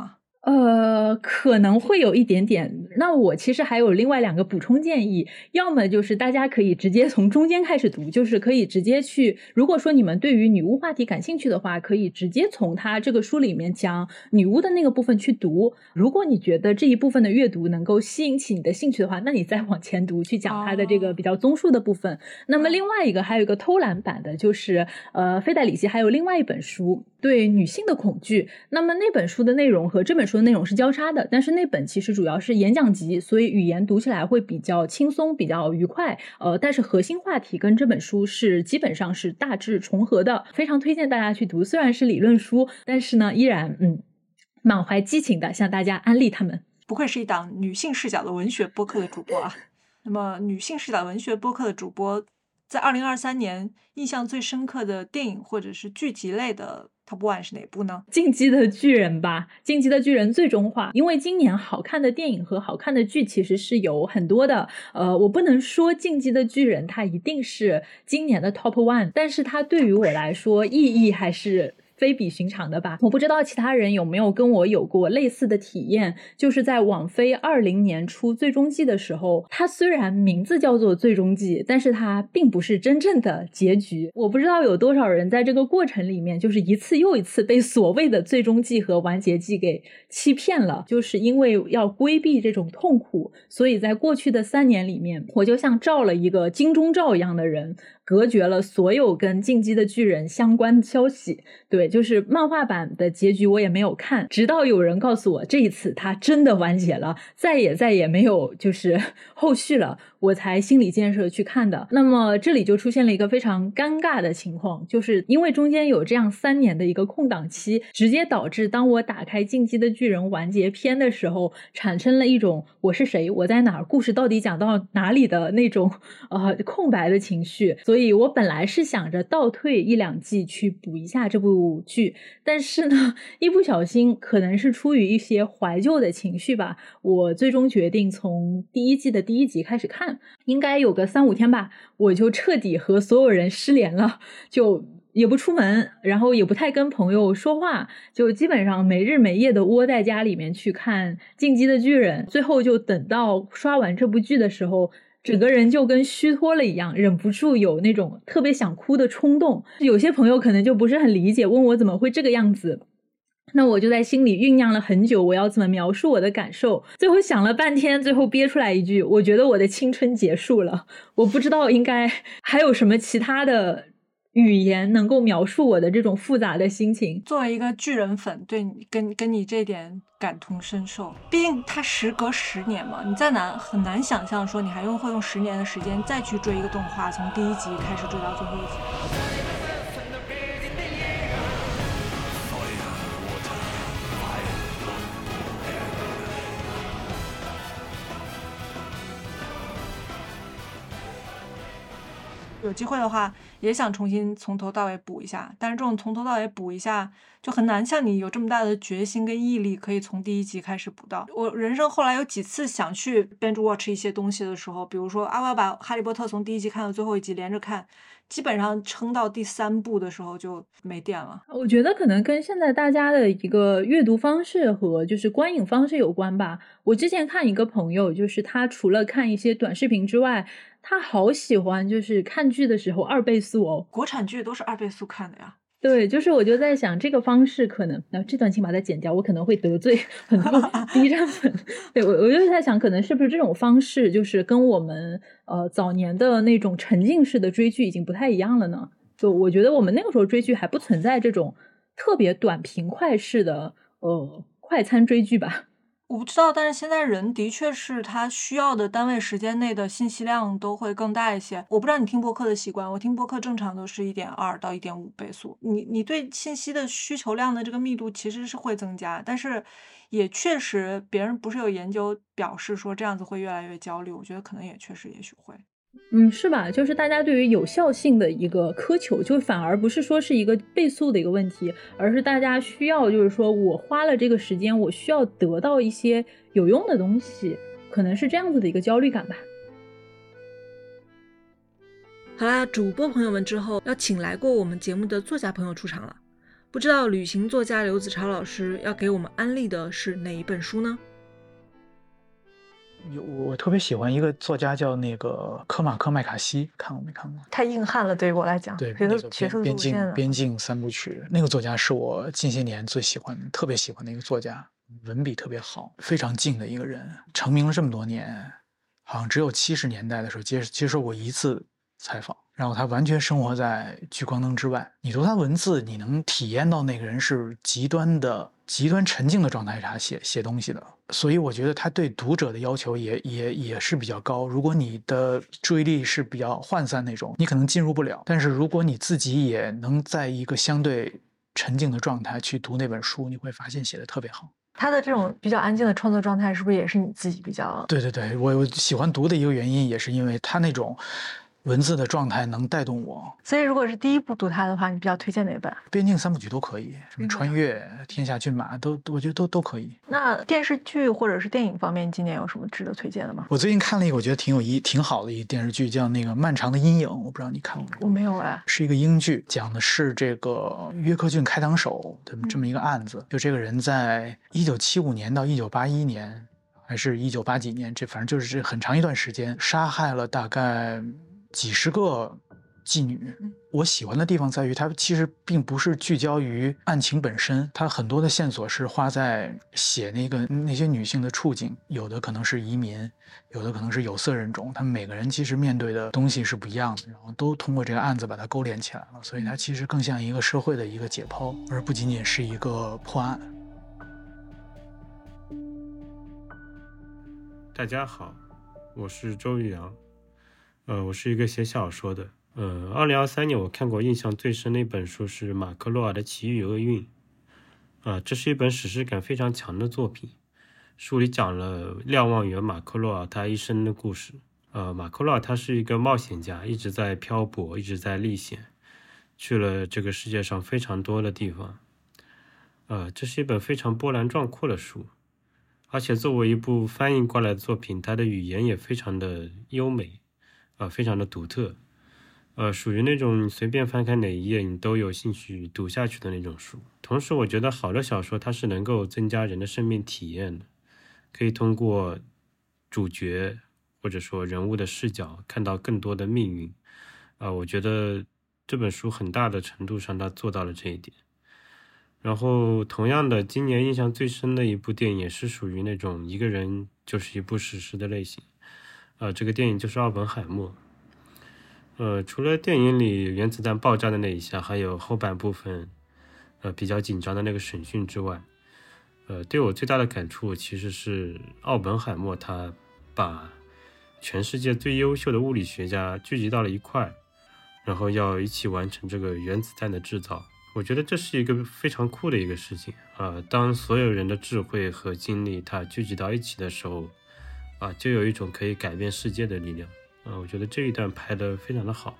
可能会有一点点。那我其实还有另外2个补充建议，要么就是大家可以直接从中间开始读，就是可以直接去，如果说你们对于女巫话题感兴趣的话，可以直接从他这个书里面讲女巫的那个部分去读。如果你觉得这一部分的阅读能够吸引起你的兴趣的话，那你再往前读，去讲他的这个比较综述的部分。那么另外一个还有一个偷懒版的，就是费代里希还有另外一本书对女性的恐惧。那么那本书的内容和这本书的内容是交叉的，但是那本其实主要是演讲集，所以语言读起来会比较轻松，比较愉快。但是核心话题跟这本书是基本上是大致重合的，非常推荐大家去读。虽然是理论书，但是呢，依然满怀激情的向大家安利他们。 不愧是一档女性视角的文学播客的主播啊。那么女性视角文学播客的主播在2023年印象最深刻的电影或者是剧集类的 Top 1是哪部呢？ 进击的巨人吧，进击的巨人最终话。因为今年好看的电影和好看的剧其实是有很多的，我不能说进击的巨人它一定是今年的 Top 1，但是它对于我来说意义还是非比寻常的吧。我不知道其他人有没有跟我有过类似的体验，就是在网飞20年出最终季的时候，它虽然名字叫做最终季，但是它并不是真正的结局。我不知道有多少人在这个过程里面就是一次又一次被所谓的最终季和完结季给欺骗了，就是因为要规避这种痛苦，所以在过去的3年里面，我就像罩了一个金钟罩一样的人，隔绝了所有跟进击的巨人相关的消息。对，就是漫画版的结局我也没有看，直到有人告诉我这一次它真的完结了，再也没有就是后续了，我才心理建设去看的。那么这里就出现了一个非常尴尬的情况，就是因为中间有这样3年的一个空档期，直接导致当我打开进击的巨人完结篇的时候，产生了一种我是谁，我在哪儿，故事到底讲到哪里的那种空白的情绪。所以我本来是想着倒退1-2季去补一下这部剧，但是呢一不小心可能是出于一些怀旧的情绪吧，我最终决定从第1季的第1集开始看，应该有个3-5天吧，我就彻底和所有人失联了，就也不出门，然后也不太跟朋友说话，就基本上没日没夜的窝在家里面去看进击的巨人。最后就等到刷完这部剧的时候，整个人就跟虚脱了一样，忍不住有那种特别想哭的冲动。有些朋友可能就不是很理解，问我怎么会这个样子，那我就在心里酝酿了很久，我要怎么描述我的感受。最后想了半天，最后憋出来一句，我觉得我的青春结束了。我不知道应该还有什么其他的语言能够描述我的这种复杂的心情。 作为一个巨人粉，对你跟你这点感同身受，毕竟它时隔10年嘛，你很难想象说你还会用10年的时间再去追一个动画，从第1集开始追到最后一集。有机会的话也想重新从头到尾补一下，但是这种从头到尾补一下就很难像你有这么大的决心跟毅力可以从第1集开始补到。我人生后来有几次想去 binge watch 一些东西的时候，比如说我要把哈利波特从第1集看到最后一集连着看，基本上撑到第3部的时候就没电了。 我觉得可能跟现在大家的一个阅读方式和就是观影方式有关吧。我之前看一个朋友，就是他除了看一些短视频之外，他好喜欢就是看剧的时候2倍速哦。 国产剧都是2倍速看的呀。 对，就是我就在想这个方式可能，这段请把它剪掉，我可能会得罪很多 B 站粉。对，我就在想可能是不是这种方式就是跟我们早年的那种沉浸式的追剧已经不太一样了呢。就我觉得我们那个时候追剧还不存在这种特别短平快式的快餐追剧吧。 我不知道，但是现在人的确是他需要的单位时间内的信息量都会更大一些。我不知道你听播客的习惯，我听播客正常都是1.2到1.5倍速。你对信息的需求量的这个密度其实是会增加，但是也确实别人不是有研究表示说这样子会越来越焦虑，我觉得可能也确实也许会。 是吧？就是大家对于有效性的一个苛求，就反而不是说是一个倍速的一个问题，而是大家需要就是说我花了这个时间，我需要得到一些有用的东西，可能是这样子的一个焦虑感吧。 好啦，主播朋友们之后要请来过我们节目的作家朋友出场了。 不知道旅行作家刘子超老师要给我们安利的是哪一本书呢？ 我特别喜欢一个作家叫那个科马克麦卡锡，看过没看过？ 太硬汉了，对于我来讲， 对， 学那个术路线的边境三部曲，那个作家是我近些年最喜欢、特别喜欢的一个作家，文笔特别好，非常静的一个人，成名了这么多年，好像只有70年代的时候接受过一次采访，然后他完全生活在聚光灯之外。你读他文字，你能体验到那个人是极端沉静的状态下写东西的，所以我觉得他对读者的要求也是比较高。如果你的注意力是比较涣散那种，你可能进入不了。但是如果你自己也能在一个相对沉静的状态去读那本书，你会发现写得特别好。 他的这种比较安静的创作状态，是不是也是你自己比较？ 对，我喜欢读的一个原因，也是因为他那种文字的状态能带动我。 所以如果是第一部读他的话，你比较推荐哪本？ 边境三部曲都可以，什么穿越、天下骏马我觉得都可以。 那电视剧或者是电影方面，今年有什么值得推荐的吗？ 我最近看了一个我觉得挺好的一个电视剧，叫那个《漫长的阴影》，我不知道你看过没有？ 我没有哎。 是一个英剧，讲的是这个约克郡开膛手的这么一个案子。就这个人在1975年到1981年，还是1980几年，反正就是很长一段时间，杀害了大概几十个妓女。我喜欢的地方在于它其实并不是聚焦于案情本身，它很多的线索是花在写那些女性的处境，有的可能是移民，有的可能是有色人种，他们每个人其实面对的东西是不一样的，然后都通过这个案子把它勾连起来了，所以它其实更像一个社会的一个解剖，而不仅仅是一个破案。 大家好，我是周玉阳。我是一个写小说的。2023年我看过印象最深的一本书是马克洛尔的《奇遇厄运》。这是一本史诗感非常强的作品。书里讲了瞭望员马克洛尔他一生的故事。马克洛尔他是一个冒险家，一直在漂泊，一直在历险，去了这个世界上非常多的地方。这是一本非常波澜壮阔的书，而且作为一部翻译过来的作品，它的语言也非常的优美。非常的独特，属于那种随便翻开哪一页你都有兴趣读下去的那种书。同时我觉得好的小说它是能够增加人的生命体验的，可以通过主角或者说人物的视角看到更多的命运。我觉得这本书很大的程度上它做到了这一点。然后同样的，今年印象最深的一部电影也是属于那种一个人就是一部史诗的类型。这个电影就是《奥本海默》。除了电影里原子弹爆炸的那一下，还有后半部分比较紧张的那个审讯之外，对我最大的感触其实是奥本海默他把全世界最优秀的物理学家聚集到了一块，然后要一起完成这个原子弹的制造。我觉得这是一个非常酷的一个事情。当所有人的智慧和精力它聚集到一起的时候，就有一种可以改变世界的力量。我觉得这一段拍得非常的好。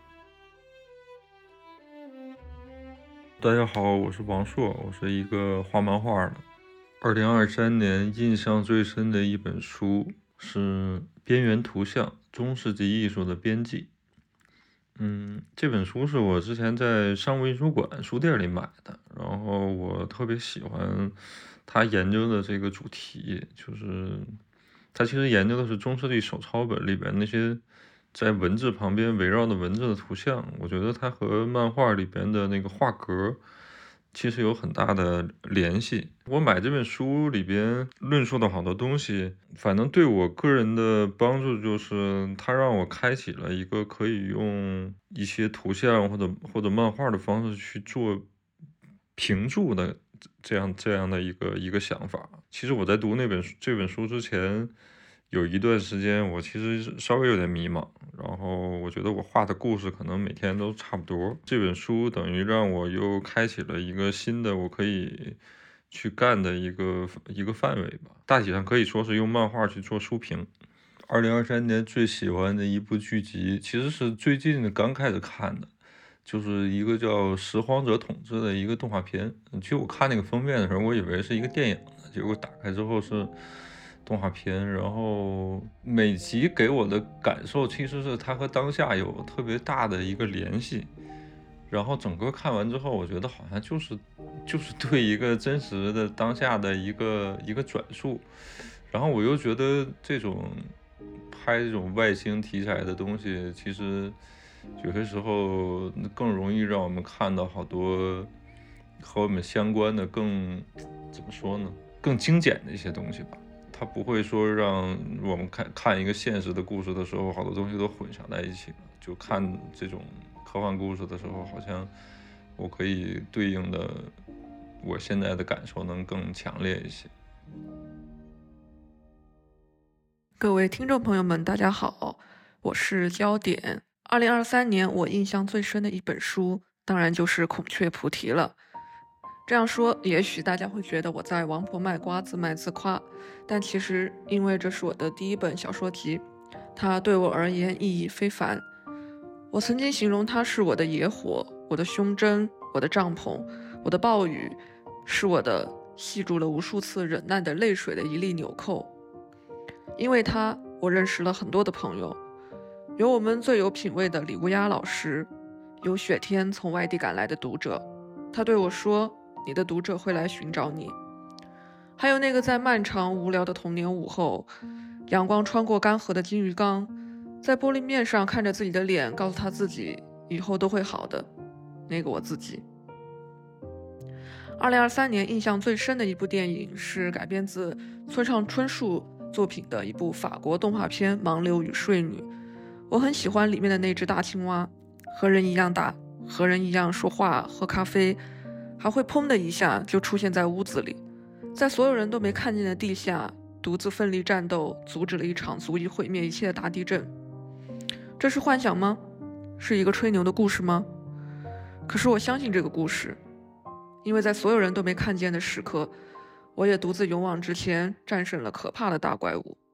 大家好，我是王硕，我是一个画漫画的。2023年印象最深的一本书是《边缘图像：中世纪艺术的边际》。这本书是我之前在商务印书馆书店里买的，然后我特别喜欢他研究的这个主题，就是他其实研究的是中世纪手抄本里边那些在文字旁边围绕的文字的图像。我觉得它和漫画里边的那个画格其实有很大的联系。我买这本书里边论述的好多东西，反正对我个人的帮助就是它让我开启了一个可以用一些图像或者漫画的方式去做评注的这样的一个想法。其实我在读这本书之前，有一段时间我其实稍微有点迷茫，然后我觉得我画的故事可能每天都差不多。这本书等于让我又开启了一个新的我可以去干的一个范围吧。大体上可以说是用漫画去做书评。2023年最喜欢的一部剧集，其实是最近刚开始看的，就是一个叫《拾荒者统治》的一个动画片。其实我看那个封面的时候，我以为是一个电影呢，结果打开之后是动画片。然后每集给我的感受其实是它和当下有特别大的一个联系。然后整个看完之后，我觉得好像就是就是对一个真实的当下的一个转述。然后我又觉得这种拍这种外星题材的东西，其实有些时候更容易让我们看到好多和我们相关的更怎么说呢，更精简的一些东西吧。它不会说让我们看一个现实的故事的时候，好多东西都混淆在一起了。就看这种科幻故事的时候，好像我可以对应的我现在的感受能更强烈一些。 各位听众朋友们，大家好，我是焦点。2023年我印象最深的一本书，当然就是《孔雀菩提》了。这样说，也许大家会觉得我在王婆卖瓜自卖自夸，但其实因为这是我的第一本小说集，它对我而言意义非凡。我曾经形容它是我的野火，我的胸针，我的帐篷，我的暴雨，是我的系住了无数次忍耐的泪水的一粒纽扣。因为它，我认识了很多的朋友，有我们最有品位的李乌鸦老师，有雪天从外地赶来的读者，他对我说，你的读者会来寻找你。还有那个在漫长无聊的童年午后，阳光穿过干涸的金鱼缸，在玻璃面上看着自己的脸，告诉他自己以后都会好的，那个我自己。2023年印象最深的一部电影是改编自村上春树作品的一部法国动画片《盲流与睡女》。我很喜欢里面的那只大青蛙，和人一样大，和人一样说话喝咖啡，还会砰的一下就出现在屋子里，在所有人都没看见的地下独自奋力战斗，阻止了一场足以毁灭一切的大地震。这是幻想吗？是一个吹牛的故事吗？可是我相信这个故事，因为在所有人都没看见的时刻，我也独自勇往直前，战胜了可怕的大怪物。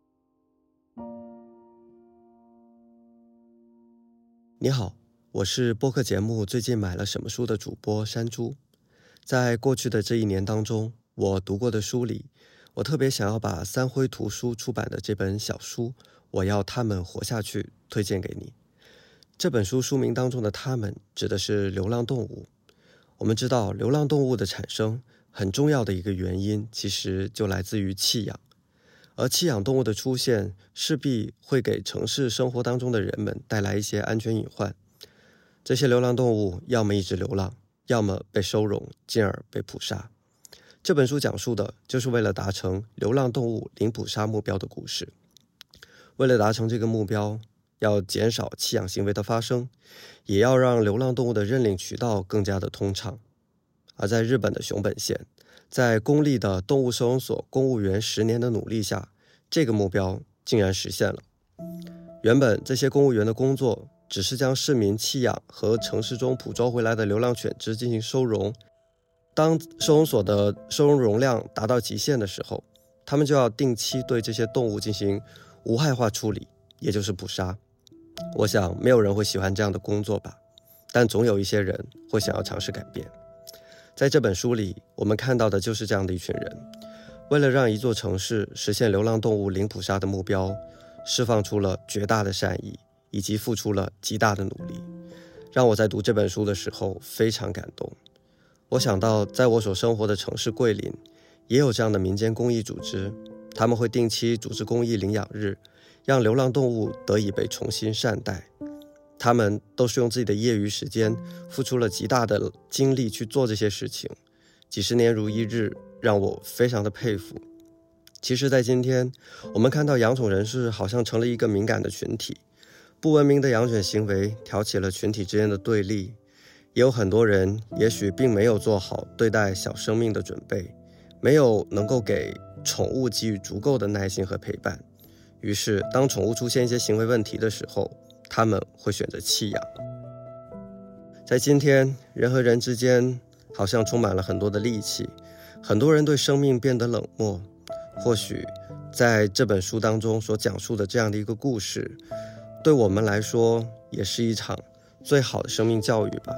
你好，我是播客节目最近买了什么书的主播山猪。在过去的这一年当中，我读过的书里，我特别想要把三辉图书出版的这本小书《我要它们活下去》推荐给你。这本书书名当中的它们指的是流浪动物。我们知道流浪动物的产生很重要的一个原因，其实就来自于弃养。而弃养动物的出现，势必会给城市生活当中的人们带来一些安全隐患。这些流浪动物要么一直流浪，要么被收容，进而被捕杀。这本书讲述的就是为了达成流浪动物零捕杀目标的故事。为了达成这个目标，要减少弃养行为的发生，也要让流浪动物的认领渠道更加的通畅。而在日本的熊本县，在公立的动物收容所公务员10年的努力下，这个目标竟然实现了。原本这些公务员的工作只是将市民弃养和城市中捕捉回来的流浪犬只进行收容。当收容所的收容容量达到极限的时候，他们就要定期对这些动物进行无害化处理，也就是捕杀。我想没有人会喜欢这样的工作吧，但总有一些人会想要尝试改变。在这本书里，我们看到的就是这样的一群人，为了让一座城市实现流浪动物零捕杀的目标，释放出了绝大的善意，以及付出了极大的努力，让我在读这本书的时候非常感动。我想到在我所生活的城市桂林，也有这样的民间公益组织，他们会定期组织公益领养日，让流浪动物得以被重新善待。他们都是用自己的业余时间，付出了极大的精力去做这些事情，几十年如一日，让我非常的佩服。其实在今天，我们看到养宠人士好像成了一个敏感的群体，不文明的养犬行为挑起了群体之间的对立，也有很多人也许并没有做好对待小生命的准备，没有能够给宠物给予足够的耐心和陪伴，于是当宠物出现一些行为问题的时候，他们会选择弃养。在今天，人和人之间好像充满了很多的戾气，很多人对生命变得冷漠。或许在这本书当中所讲述的这样的一个故事，对我们来说也是一场最好的生命教育吧。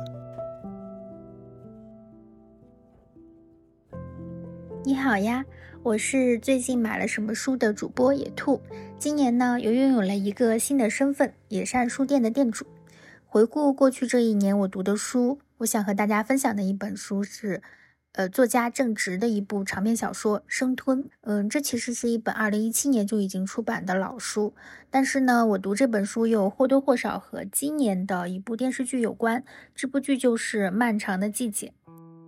你好呀，我是最近买了什么书的主播野兔。今年呢，又拥有了一个新的身份，野善书店的店主。回顾过去这一年我读的书，我想和大家分享的一本书是作家郑执的一部长篇小说《生吞》。这其实是一本2017年就已经出版的老书，但是呢，我读这本书又或多或少和今年的一部电视剧有关。这部剧就是《漫长的季节》。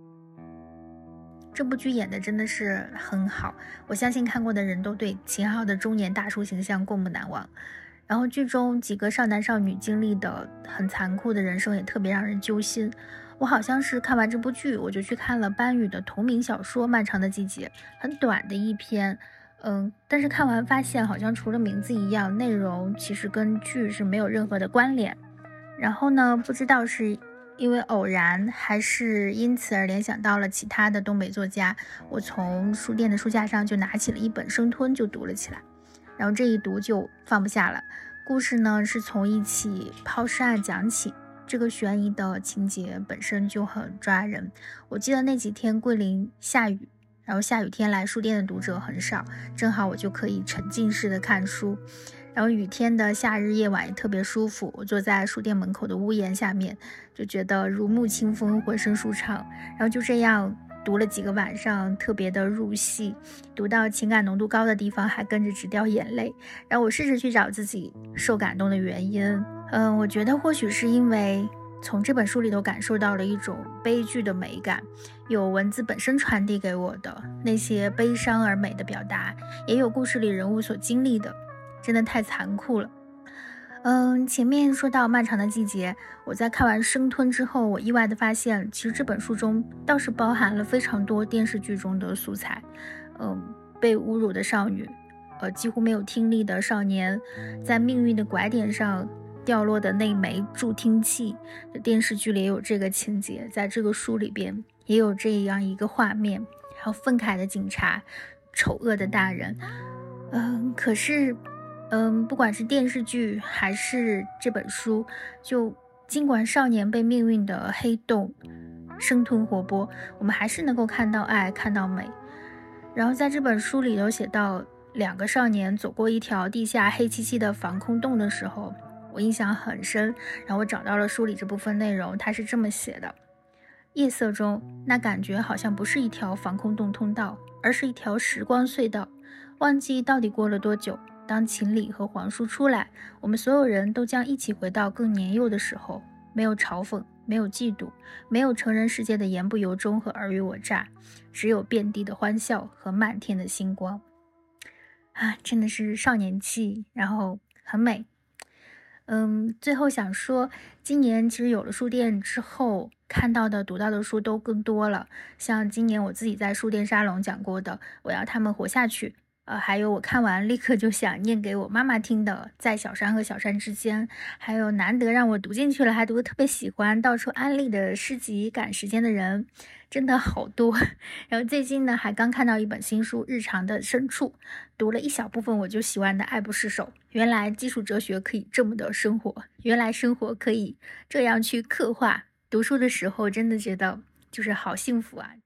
这部剧演的真的是很好，我相信看过的人都对秦昊的中年大叔形象过目难忘。然后剧中几个少男少女经历的很残酷的人生也特别让人揪心。我好像是看完这部剧，我就去看了班宇的同名小说《漫长的季节》，很短的一篇，但是看完发现好像除了名字一样，内容其实跟剧是没有任何的关联。然后呢，不知道是因为偶然还是因此而联想到了其他的东北作家，我从书店的书架上就拿起了一本《生吞》就读了起来，然后这一读就放不下了。故事呢是从一起抛尸案讲起，这个悬疑的情节本身就很抓人。我记得那几天桂林下雨，然后下雨天来书店的读者很少，正好我就可以沉浸式的看书。然后雨天的夏日夜晚也特别舒服，我坐在书店门口的屋檐下面，就觉得如沐清风，浑身舒畅。然后就这样读了几个晚上，特别的入戏，读到情感浓度高的地方还跟着直掉眼泪。然后我试着去找自己受感动的原因，我觉得或许是因为从这本书里头感受到了一种悲剧的美感，有文字本身传递给我的那些悲伤而美的表达，也有故事里人物所经历的，真的太残酷了。前面说到漫长的季节，我在看完《生吞》之后，我意外的发现，其实这本书中倒是包含了非常多电视剧中的素材。被侮辱的少女，几乎没有听力的少年，在命运的拐点上掉落的那枚助听器，电视剧里也有这个情节，在这个书里边也有这样一个画面，然后愤慨的警察，丑恶的大人。可是不管是电视剧还是这本书，就尽管少年被命运的黑洞生吞活剥，我们还是能够看到爱，看到美。然后在这本书里有写到2个少年走过一条地下黑漆漆的防空洞的时候，我印象很深。然后我找到了书里这部分内容，它是这么写的：夜色中，那感觉好像不是一条防空洞通道，而是一条时光隧道。忘记到底过了多久，当秦理和黄叔出来，我们所有人都将一起回到更年幼的时候，没有嘲讽，没有嫉妒，没有成人世界的言不由衷和尔虞我诈，只有遍地的欢笑和满天的星光。真的是少年气，然后很美。最后想说，今年其实有了书店之后，看到的读到的书都更多了。像今年我自己在书店沙龙讲过的《我要他们活下去》，还有我看完立刻就想念给我妈妈听的《在小山和小山之间》，还有难得让我读进去了，还读得特别喜欢，到处安利的诗集《赶时间的人》，真的好多。然后最近呢，还刚看到一本新书《日常的深处》，读了一小部分我就喜欢的爱不释手。原来技术哲学可以这么的生活，原来生活可以这样去刻画。读书的时候真的觉得就是好幸福啊。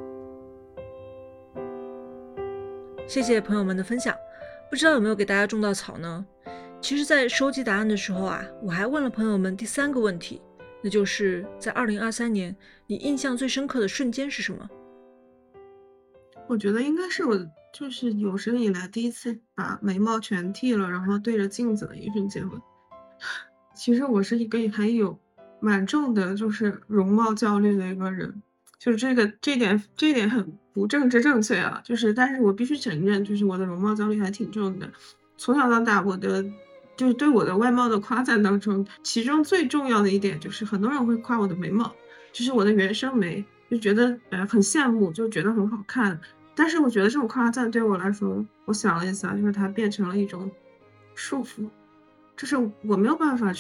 谢谢朋友们的分享，不知道有没有给大家种到草呢？其实在收集答案的时候啊，我还问了朋友们第3个问题，那就是在2023年你印象最深刻的瞬间是什么？ 我觉得应该是我就是有生以来第一次把眉毛全剃了，然后对着镜子的一瞬间吧。其实我是一个还有蛮重的就是容貌焦虑的一个人，就是这一点很不政治正确啊，就是但是我必须承认，就是我的容貌焦虑还挺重的。从小到大，我的就是对我的外貌的夸赞当中，其中最重要的一点就是很多人会夸我的眉毛，就是我的原生眉，就觉得很羡慕，就觉得很好看。但是我觉得这种夸赞对我来说，我想了一下，就是它变成了一种束缚，就是我没有办法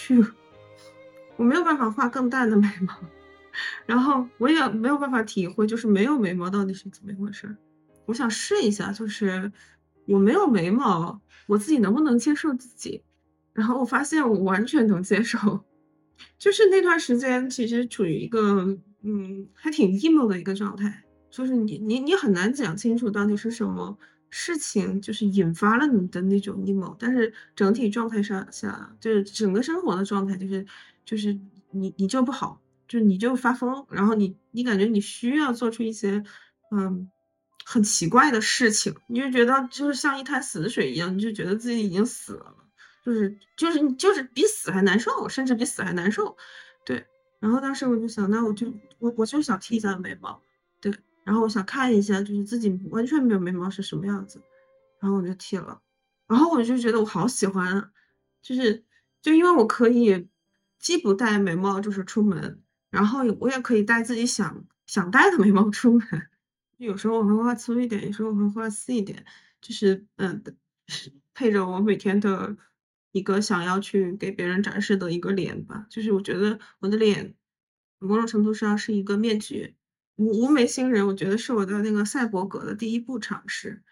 画更淡的眉毛，然后我也没有办法体会就是没有眉毛到底是怎么一回事。我想试一下，就是我没有眉毛，我自己能不能接受自己？然后我发现我完全能接受，就是那段时间其实处于一个还挺 emo 的一个状态，就是你很难讲清楚到底是什么事情就是引发了你的那种 emo， 但是整体状态下就是整个生活的状态就是你就不好， 就你就发疯，然后你感觉你需要做出一些很奇怪的事情，你就觉得就是像一滩死水一样，你就觉得自己已经死了，就是比死还难受，甚至比死还难受。对，然后当时我就想，那我就想剃一下眉毛，对，然后我想看一下就是自己完全没有眉毛是什么样子，然后我就剃了，然后我就觉得我好喜欢啊，就因为我可以既不戴眉毛就是出门，然后我也可以戴自己想戴的眉毛出门，有时候我会画粗一点，有时候我会画细一点，就是配着我每天的一个想要去给别人展示的一个脸吧，就是我觉得我的脸某种程度上是一个面具，无眉星人我觉得是我的那个赛博格的第一步尝试。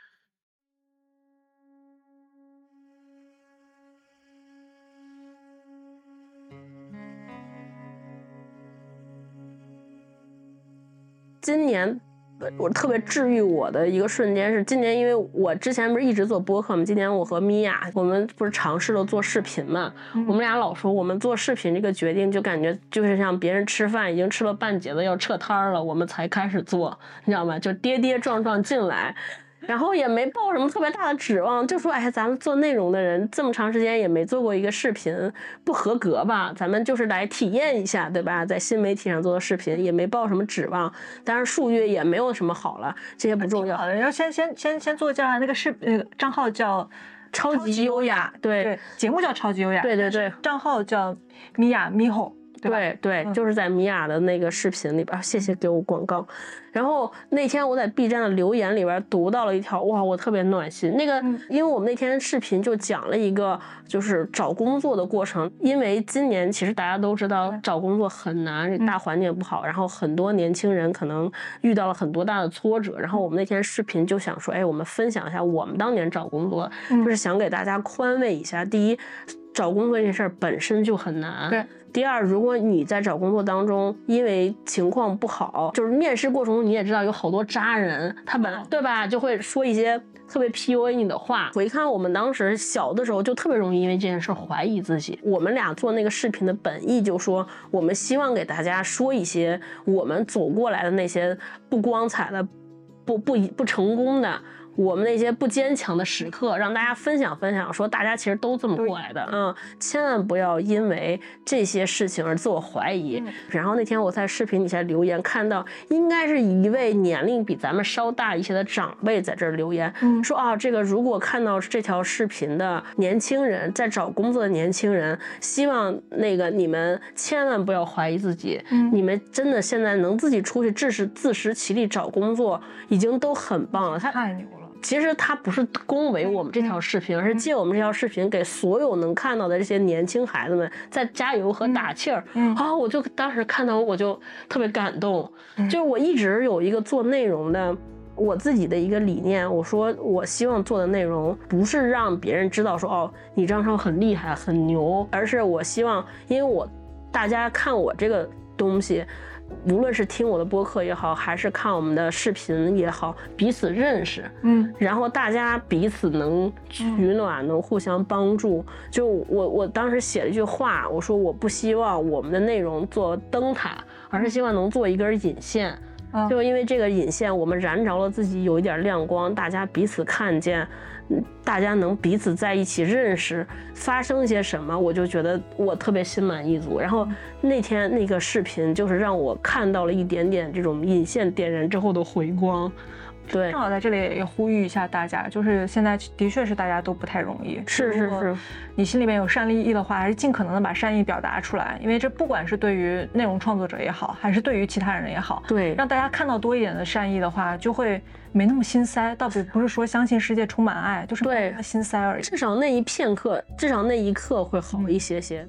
今年我特别治愈我的一个瞬间是今年，因为我之前不是一直做播客吗？今年我和米娅，我们不是尝试了做视频嘛？我们俩老说我们做视频这个决定，就感觉就是像别人吃饭已经吃了半截子要撤摊了，我们才开始做，你知道吗？就跌跌撞撞进来。然后也没抱什么特别大的指望，就说哎，咱们做内容的人这么长时间也没做过一个视频，不合格吧？咱们就是来体验一下，对吧？在新媒体上做的视频也没抱什么指望，当然数月也没有什么好了，这些不重要。 好的，然后先做叫那个账号叫超级优雅，对， 节目叫超级优雅， 对对对， 账号叫米娅咪吼。 对对，就是在米娅的那个视频里边，谢谢给我广告。然后那天我在 B 站的留言里边读到了一条，哇，我特别暖心。那个，因为我们那天视频就讲了一个就是找工作的过程，因为今年其实大家都知道找工作很难，这大环境不好，然后很多年轻人可能遇到了很多大的挫折。然后我们那天视频就想说，哎，我们分享一下我们当年找工作，就是想给大家宽慰一下。第一，找工作这事儿本身就很难。 对。 第二，如果你在找工作当中，因为情况不好，就是面试过程中你也知道有好多渣人，他们对吧，就会说一些特别 PUA 你的话。回看我们当时小的时候，就特别容易因为这件事怀疑自己。我们俩做那个视频的本意就说，我们希望给大家说一些我们走过来的那些不光彩的、不成功的。我们那些不坚强的时刻，让大家分享分享，说大家其实都这么过来的，千万不要因为这些事情而自我怀疑。然后那天我在视频底下留言，看到应该是一位年龄比咱们稍大一些的长辈在这儿留言，说啊，这个如果看到这条视频的年轻人，在找工作的年轻人，希望那个你们千万不要怀疑自己，你们真的现在能自己出去自食其力找工作，已经都很棒了。 太牛了。 其实他不是恭维我们这条视频，而是借我们这条视频给所有能看到的这些年轻孩子们在加油和打气儿。我就当时看到我就特别感动。就是我一直有一个做内容的我自己的一个理念，我说我希望做的内容不是让别人知道说哦你张超很厉害很牛，而是我希望因为大家看我这个东西，无论是听我的播客也好，还是看我们的视频也好，彼此认识，然后大家彼此能取暖，能互相帮助。就我当时写了一句话，我说我不希望我们的内容做灯塔，而是希望能做一根引线。就因为这个引线，我们燃着了自己有一点亮光，大家彼此看见，大家能彼此在一起认识，发生些什么，我就觉得我特别心满意足。然后那天那个视频就是让我看到了一点点这种引线点燃之后的回光。对， 正好在这里也呼吁一下大家，就是现在的确是大家都不太容易。 是， 你心里面有善意的话，还是尽可能的把善意表达出来，因为这不管是对于内容创作者也好，还是对于其他人也好， 对， 让大家看到多一点的善意的话，就会没那么心塞。倒不是说相信世界充满爱，就是没那么心塞而已。 至少那一片刻，至少那一刻会好一些些。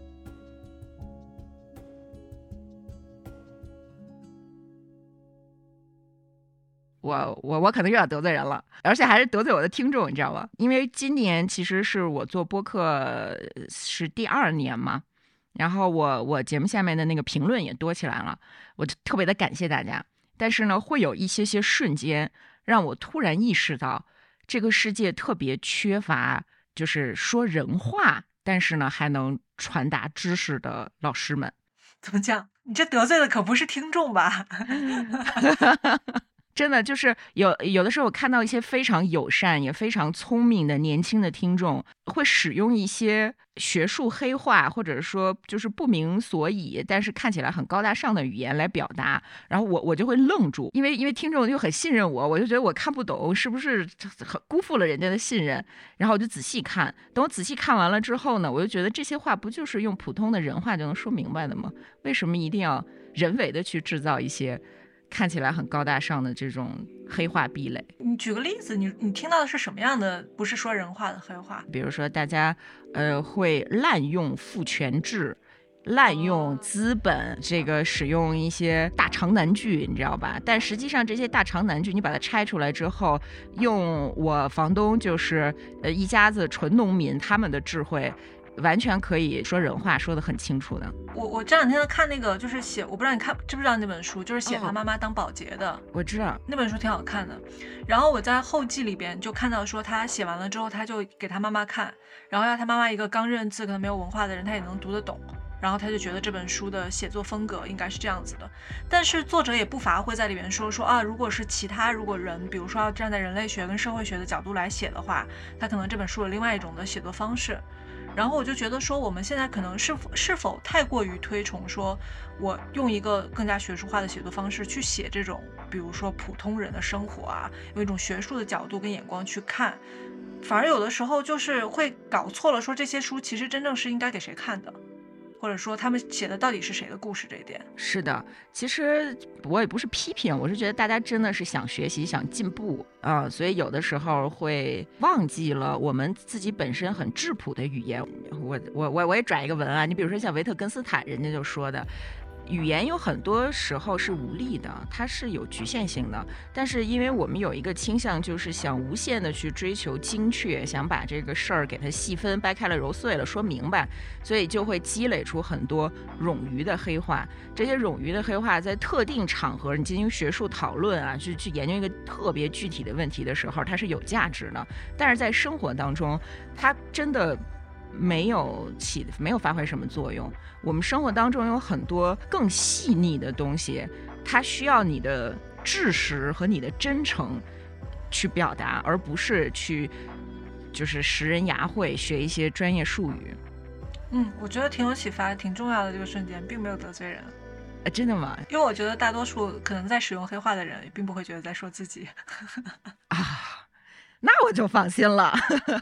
我可能又要得罪人了，而且还是得罪我的听众，你知道吗？因为今年其实是我做播客是第2年嘛，然后我节目下面的那个评论也多起来了，我特别的感谢大家。但是呢，会有一些瞬间让我突然意识到，这个世界特别缺乏就是说人话，但是呢还能传达知识的老师们。 怎么讲？ 你这得罪的可不是听众吧？ 真的就是有的时候我看到一些非常友善也非常聪明的年轻的听众会使用一些学术黑话，或者说就是不明所以但是看起来很高大上的语言来表达，然后我就会愣住，因为听众就很信任我就觉得我看不懂，是不是很辜负了人家的信任，然后我就仔细看，等我仔细看完了之后呢，我就觉得这些话不就是用普通的人话就能说明白的吗？为什么一定要人为的去制造一些看起来很高大上的这种黑话壁垒？ 你举个例子，你听到的是什么样的不是说人话的黑话？ 比如说大家会滥用父权制，滥用资本，这个使用一些大长难句，你知道吧？但实际上这些大长难句你把它拆出来之后，用我房东就是一家子纯农民他们的智慧，完全可以说人话说得很清楚的。 我这两天看那个就是写，我不知道你知不知道那本书，就是写他妈妈当保洁的。 我知道那本书挺好看的。然后我在后记里边就看到说他写完了之后，他就给他妈妈看，然后要他妈妈一个刚认字可能没有文化的人他也能读得懂，然后他就觉得这本书的写作风格应该是这样子的。但是作者也不乏会在里面说啊，如果是如果人比如说要站在人类学跟社会学的角度来写的话，他可能这本书有另外一种的写作方式。然后我就觉得说我们现在可能是否太过于推崇说我用一个更加学术化的写作方式去写这种比如说普通人的生活啊，用一种学术的角度跟眼光去看，反而有的时候就是会搞错了，说这些书其实真正是应该给谁看的，或者说他们写的到底是谁的故事，这一点。 是的，其实我也不是批评，我是觉得大家真的是想学习想进步啊，所以有的时候会忘记了我们自己本身很质朴的语言。我也拽一个文啊，你比如说像维特根斯坦，人家就说的语言有很多时候是无力的，它是有局限性的，但是因为我们有一个倾向，就是想无限的去追求精确，想把这个事儿给它细分掰开了揉碎了说明白，所以就会积累出很多冗余的黑话。这些冗余的黑话在特定场合你进行学术讨论啊，去研究一个特别具体的问题的时候，它是有价值的，但是在生活当中它真的没有发挥什么作用。我们生活当中有很多更细腻的东西，它需要你的知识和你的真诚去表达，而不是去就是识人牙慧学一些专业术语。 我觉得挺有启发，挺重要的。这个瞬间并没有得罪人。 真的吗？ 因为我觉得大多数可能在使用黑话的人并不会觉得在说自己啊，那我就放心了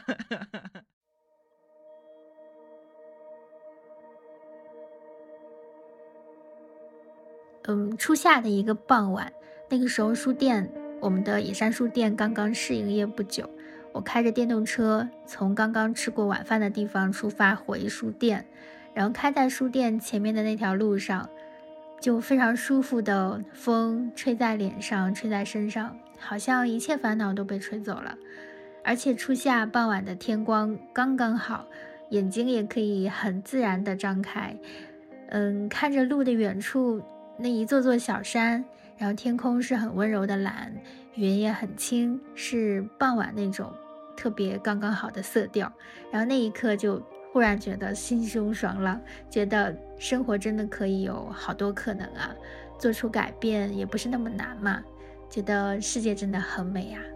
初夏的一个傍晚，那个时候我们的野山书店刚刚试营业不久，我开着电动车从刚刚吃过晚饭的地方出发回书店，然后开在书店前面的那条路上，就非常舒服的风吹在脸上吹在身上，好像一切烦恼都被吹走了。而且初夏傍晚的天光刚刚好，眼睛也可以很自然的张开，看着路的远处那一座座小山，然后天空是很温柔的蓝，云也很轻，是傍晚那种特别刚刚好的色调。然后那一刻就忽然觉得心胸爽朗，觉得生活真的可以有好多可能啊，做出改变也不是那么难嘛，觉得世界真的很美啊。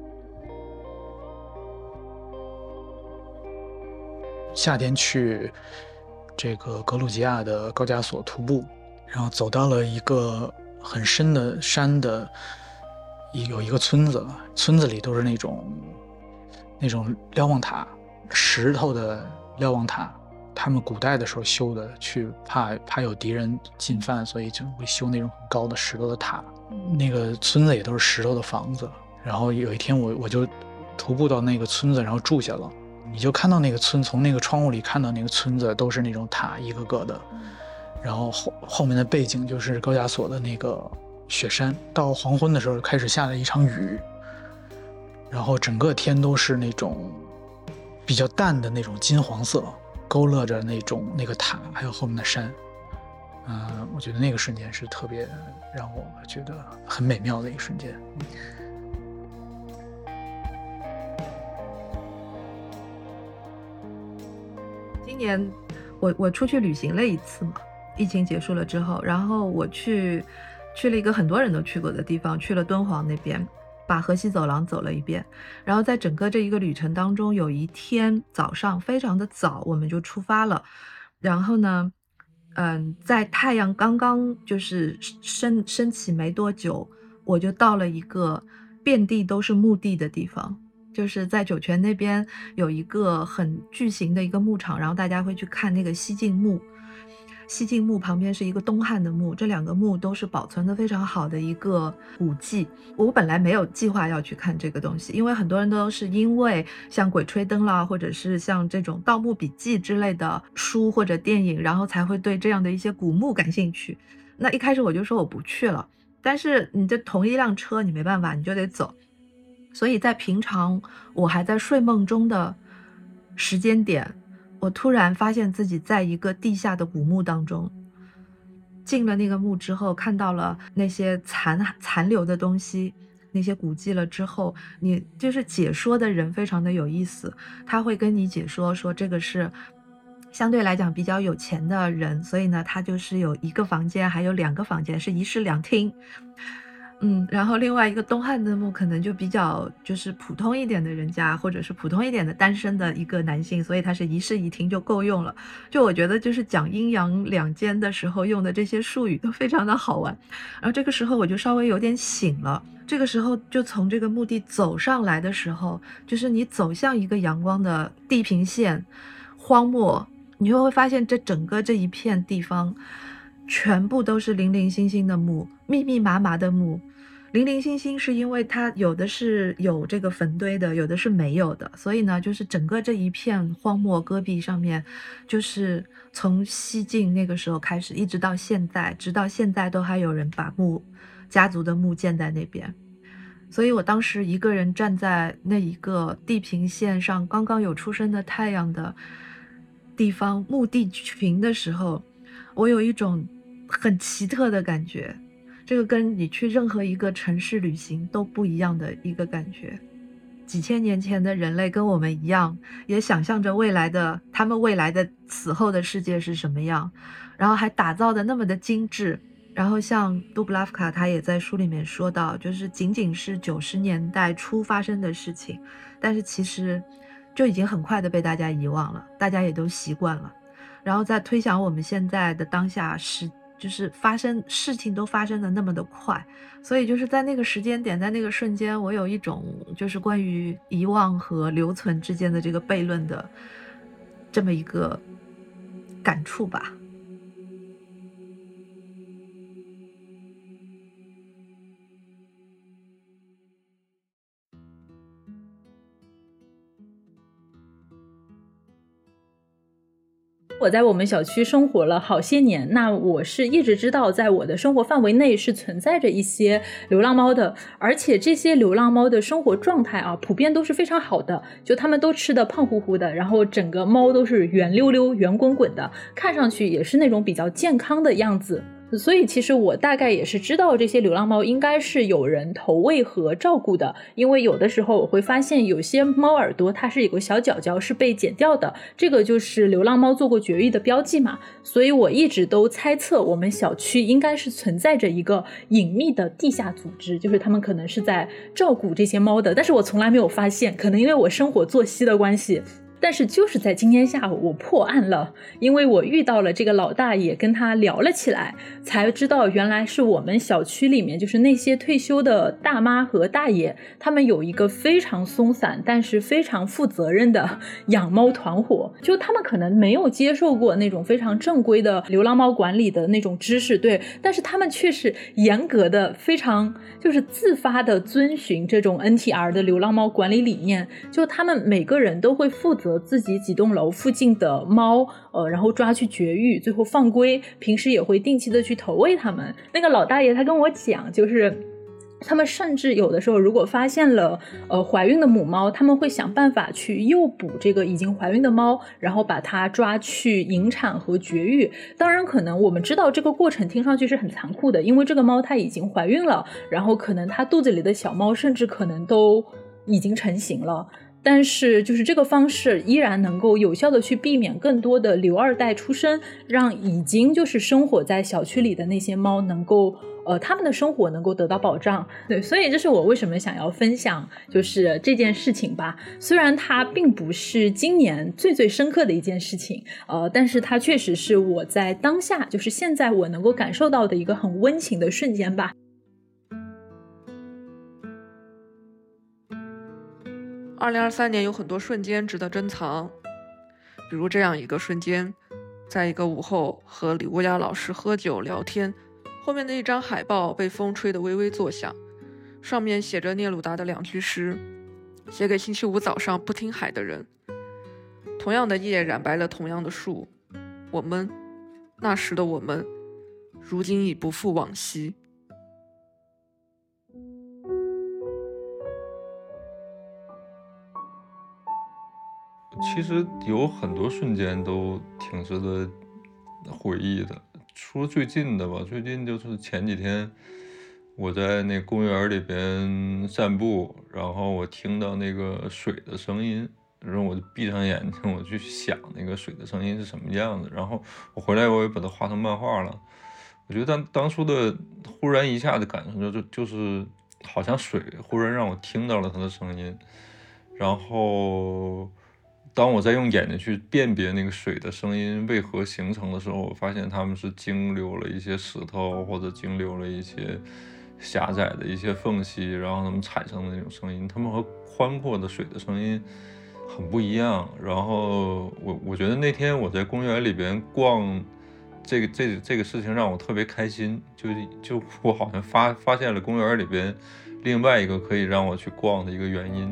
夏天去这个格鲁吉亚的高加索徒步，然后走到了一个很深的山的有一个村子，村子里都是那种瞭望塔，石头的瞭望塔，他们古代的时候修的，去怕有敌人进犯，所以就会修那种很高的石头的塔。那个村子也都是石头的房子。然后有一天我就徒步到那个村子，然后住下了。你就看到那个从那个窗户里看到那个村子都是那种塔一个个的，然后后面的背景就是高加索的那个雪山。到黄昏的时候开始下了一场雨，然后整个天都是那种比较淡的那种金黄色，勾勒着那个塔还有后面的山。我觉得那个瞬间是特别让我觉得很美妙的一个瞬间。 今年我出去旅行了一次嘛， 疫情结束了之后，然后我去了一个很多人都去过的地方，去了敦煌那边，把河西走廊走了一遍。然后在整个这一个旅程当中，有一天早上非常的早我们就出发了，然后呢在太阳刚刚就是升起没多久，我就到了一个遍地都是墓地的地方，就是在酒泉那边有一个很巨型的一个牧场，然后大家会去看那个西晋墓。西晋墓旁边是一个东汉的墓，这两个墓都是保存的非常好的一个古迹。我本来没有计划要去看这个东西，因为很多人都是因为像鬼吹灯啦，或者是像这种盗墓笔记之类的书或者电影，然后才会对这样的一些古墓感兴趣。那一开始我就说我不去了，但是你这同一辆车你没办法，你就得走。所以在平常我还在睡梦中的时间点，我突然发现自己在一个地下的古墓当中。进了那个墓之后，看到了那些残留的东西，那些古迹了之后，你就是解说的人非常的有意思，他会跟你解说说这个是相对来讲比较有钱的人，所以呢他就是有一个房间还有2个房间，是1室2厅。然后另外一个东汉的墓可能就比较就是普通一点的人家，或者是普通一点的单身的一个男性，所以他是1室1厅就够用了。就我觉得就是讲阴阳两间的时候用的这些术语都非常的好玩。然后这个时候我就稍微有点醒了，这个时候就从这个墓地走上来的时候，就是你走向一个阳光的地平线荒漠，你就会发现这整个这一片地方全部都是零零星星的墓，密密麻麻的墓。零零星星是因为它有的是有这个坟堆的，有的是没有的，所以呢就是整个这一片荒漠戈壁上面，就是从西晋那个时候开始一直到现在，直到现在都还有人把家族的墓建在那边。所以我当时一个人站在那一个地平线上刚刚有出生的太阳的地方墓地群的时候，我有一种很奇特的感觉，这个跟你去任何一个城市旅行都不一样的一个感觉。几千年前的人类跟我们一样，也想象着他们未来的死后的世界是什么样，然后还打造的那么的精致。然后像杜布拉夫卡他也在书里面说到，就是仅仅是90年代初发生的事情，但是其实就已经很快的被大家遗忘了，大家也都习惯了。然后在推想我们现在的当下就是事情都发生的那么的快，所以就是在那个时间点，在那个瞬间，我有一种就是关于遗忘和留存之间的这个悖论的这么一个感触吧。 我在我们小区生活了好些年，那我是一直知道在我的生活范围内是存在着一些流浪猫的，而且这些流浪猫的生活状态啊，普遍都是非常好的，就它们都吃得胖乎乎的，然后整个猫都是圆溜溜圆滚滚的，看上去也是那种比较健康的样子。所以其实我大概也是知道这些流浪猫应该是有人投喂和照顾的，因为有的时候我会发现有些猫耳朵它是有个小角角是被剪掉的，这个就是流浪猫做过绝育的标记嘛，所以我一直都猜测我们小区应该是存在着一个隐秘的地下组织，就是他们可能是在照顾这些猫的，但是我从来没有发现，可能因为我生活作息的关系。但是就是在今天下午我破案了，因为我遇到了这个老大爷，跟他聊了起来，才知道原来是我们小区里面就是那些退休的大妈和大爷，他们有一个非常松散但是非常负责任的养猫团伙，就他们可能没有接受过那种非常正规的流浪猫管理的那种知识，对，但是他们却是严格的非常就是自发的遵循这种 NTR 的流浪猫管理理念，就他们每个人都会负责自己几栋楼附近的猫，然后抓去绝育，最后放归，平时也会定期的去投喂它们。那个老大爷他跟我讲，就是他们甚至有的时候如果发现了怀孕的母猫，他们会想办法去诱捕这个已经怀孕的猫，然后把它抓去引产和绝育。当然可能我们知道这个过程听上去是很残酷的，因为这个猫它已经怀孕了，然后可能它肚子里的小猫甚至可能都已经成型了， 但是就是这个方式依然能够有效的去避免更多的留二代出生，让已经就是生活在小区里的那些猫能够他们的生活能够得到保障。对，所以这是我为什么想要分享就是这件事情吧。虽然它并不是今年最深刻的一件事情，但是它确实是我在当下就是现在我能够感受到的一个很温情的瞬间吧。 2023年有很多瞬间值得珍藏，比如这样一个瞬间，在一个午后和李乌鸦老师喝酒聊天，后面的一张海报被风吹得微微作响，上面写着聂鲁达的2句诗，写给星期五早上不听海的人。同样的夜染白了同样的树，我们，那时的我们，如今已不复往昔。 其实有很多瞬间都挺值得回忆的，除了最近的吧，最近就是前几天我在那公园里边散步，然后我听到那个水的声音，然后我就闭上眼睛，我去想那个水的声音是什么样子，然后我回来我也把它画成漫画了。我觉得当初的忽然一下的感受就是好像水忽然让我听到了它的声音，然后当我在用眼睛去辨别那个水的声音为何形成的时候，我发现它们是经流了一些石头或者经流了一些狭窄的一些缝隙，然后它们产生的那种声音，它们和宽阔的水的声音很不一样。然后我觉得那天我在公园里边逛这个事情让我特别开心，就我好像发现了公园里边另外一个可以让我去逛的一个原因。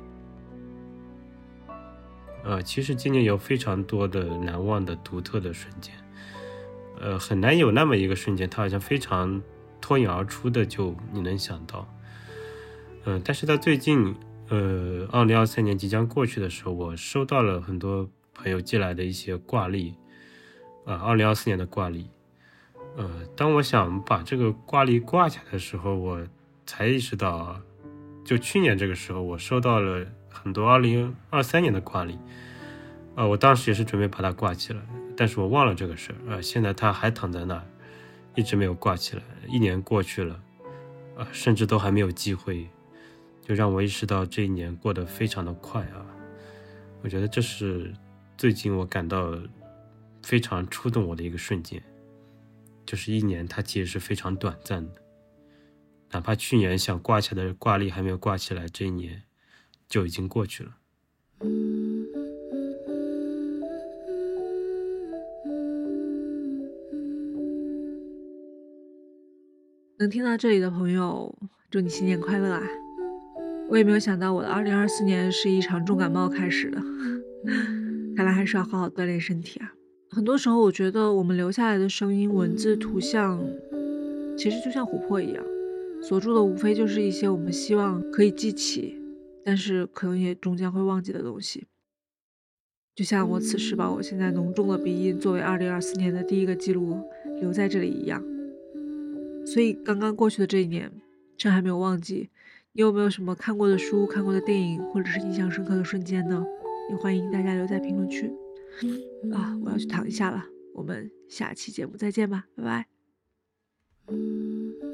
其实今年有非常多的难忘的独特的瞬间，很难有那么一个瞬间它好像非常脱颖而出的就你能想到。但是到最近2023年即将过去的时候，我收到了很多朋友寄来的一些挂历，2024年的挂历。当我想把这个挂历挂起来的时候，我才意识到，就去年这个时候我收到了很多2023年的挂历，我当时也是准备把它挂起来，但是我忘了这个事儿，现在它还躺在那儿，一直没有挂起来，1年过去了，甚至都还没有机会，就让我意识到这一年过得非常的快啊！我觉得这是最近我感到非常触动我的一个瞬间，就是1年它其实是非常短暂的，哪怕去年想挂起来的挂历还没有挂起来，这一年就已经过去了。 能听到这里的朋友，祝你新年快乐啊！我也没有想到我的2024年是一场重感冒开始的，看来还是要好好锻炼身体啊。很多时候我觉得我们留下来的声音、文字、图像，其实就像琥珀一样，锁住的无非就是一些我们希望可以记起，但是可能也终将会忘记的东西。就像我此时把我现在浓重的鼻音作为2024年的第一个记录留在这里一样。所以刚刚过去的这一年，趁还没有忘记，你有没有什么看过的书、看过的电影，或者是印象深刻的瞬间呢？也欢迎大家留在评论区。我要去躺一下了，我们下期节目再见吧，拜拜。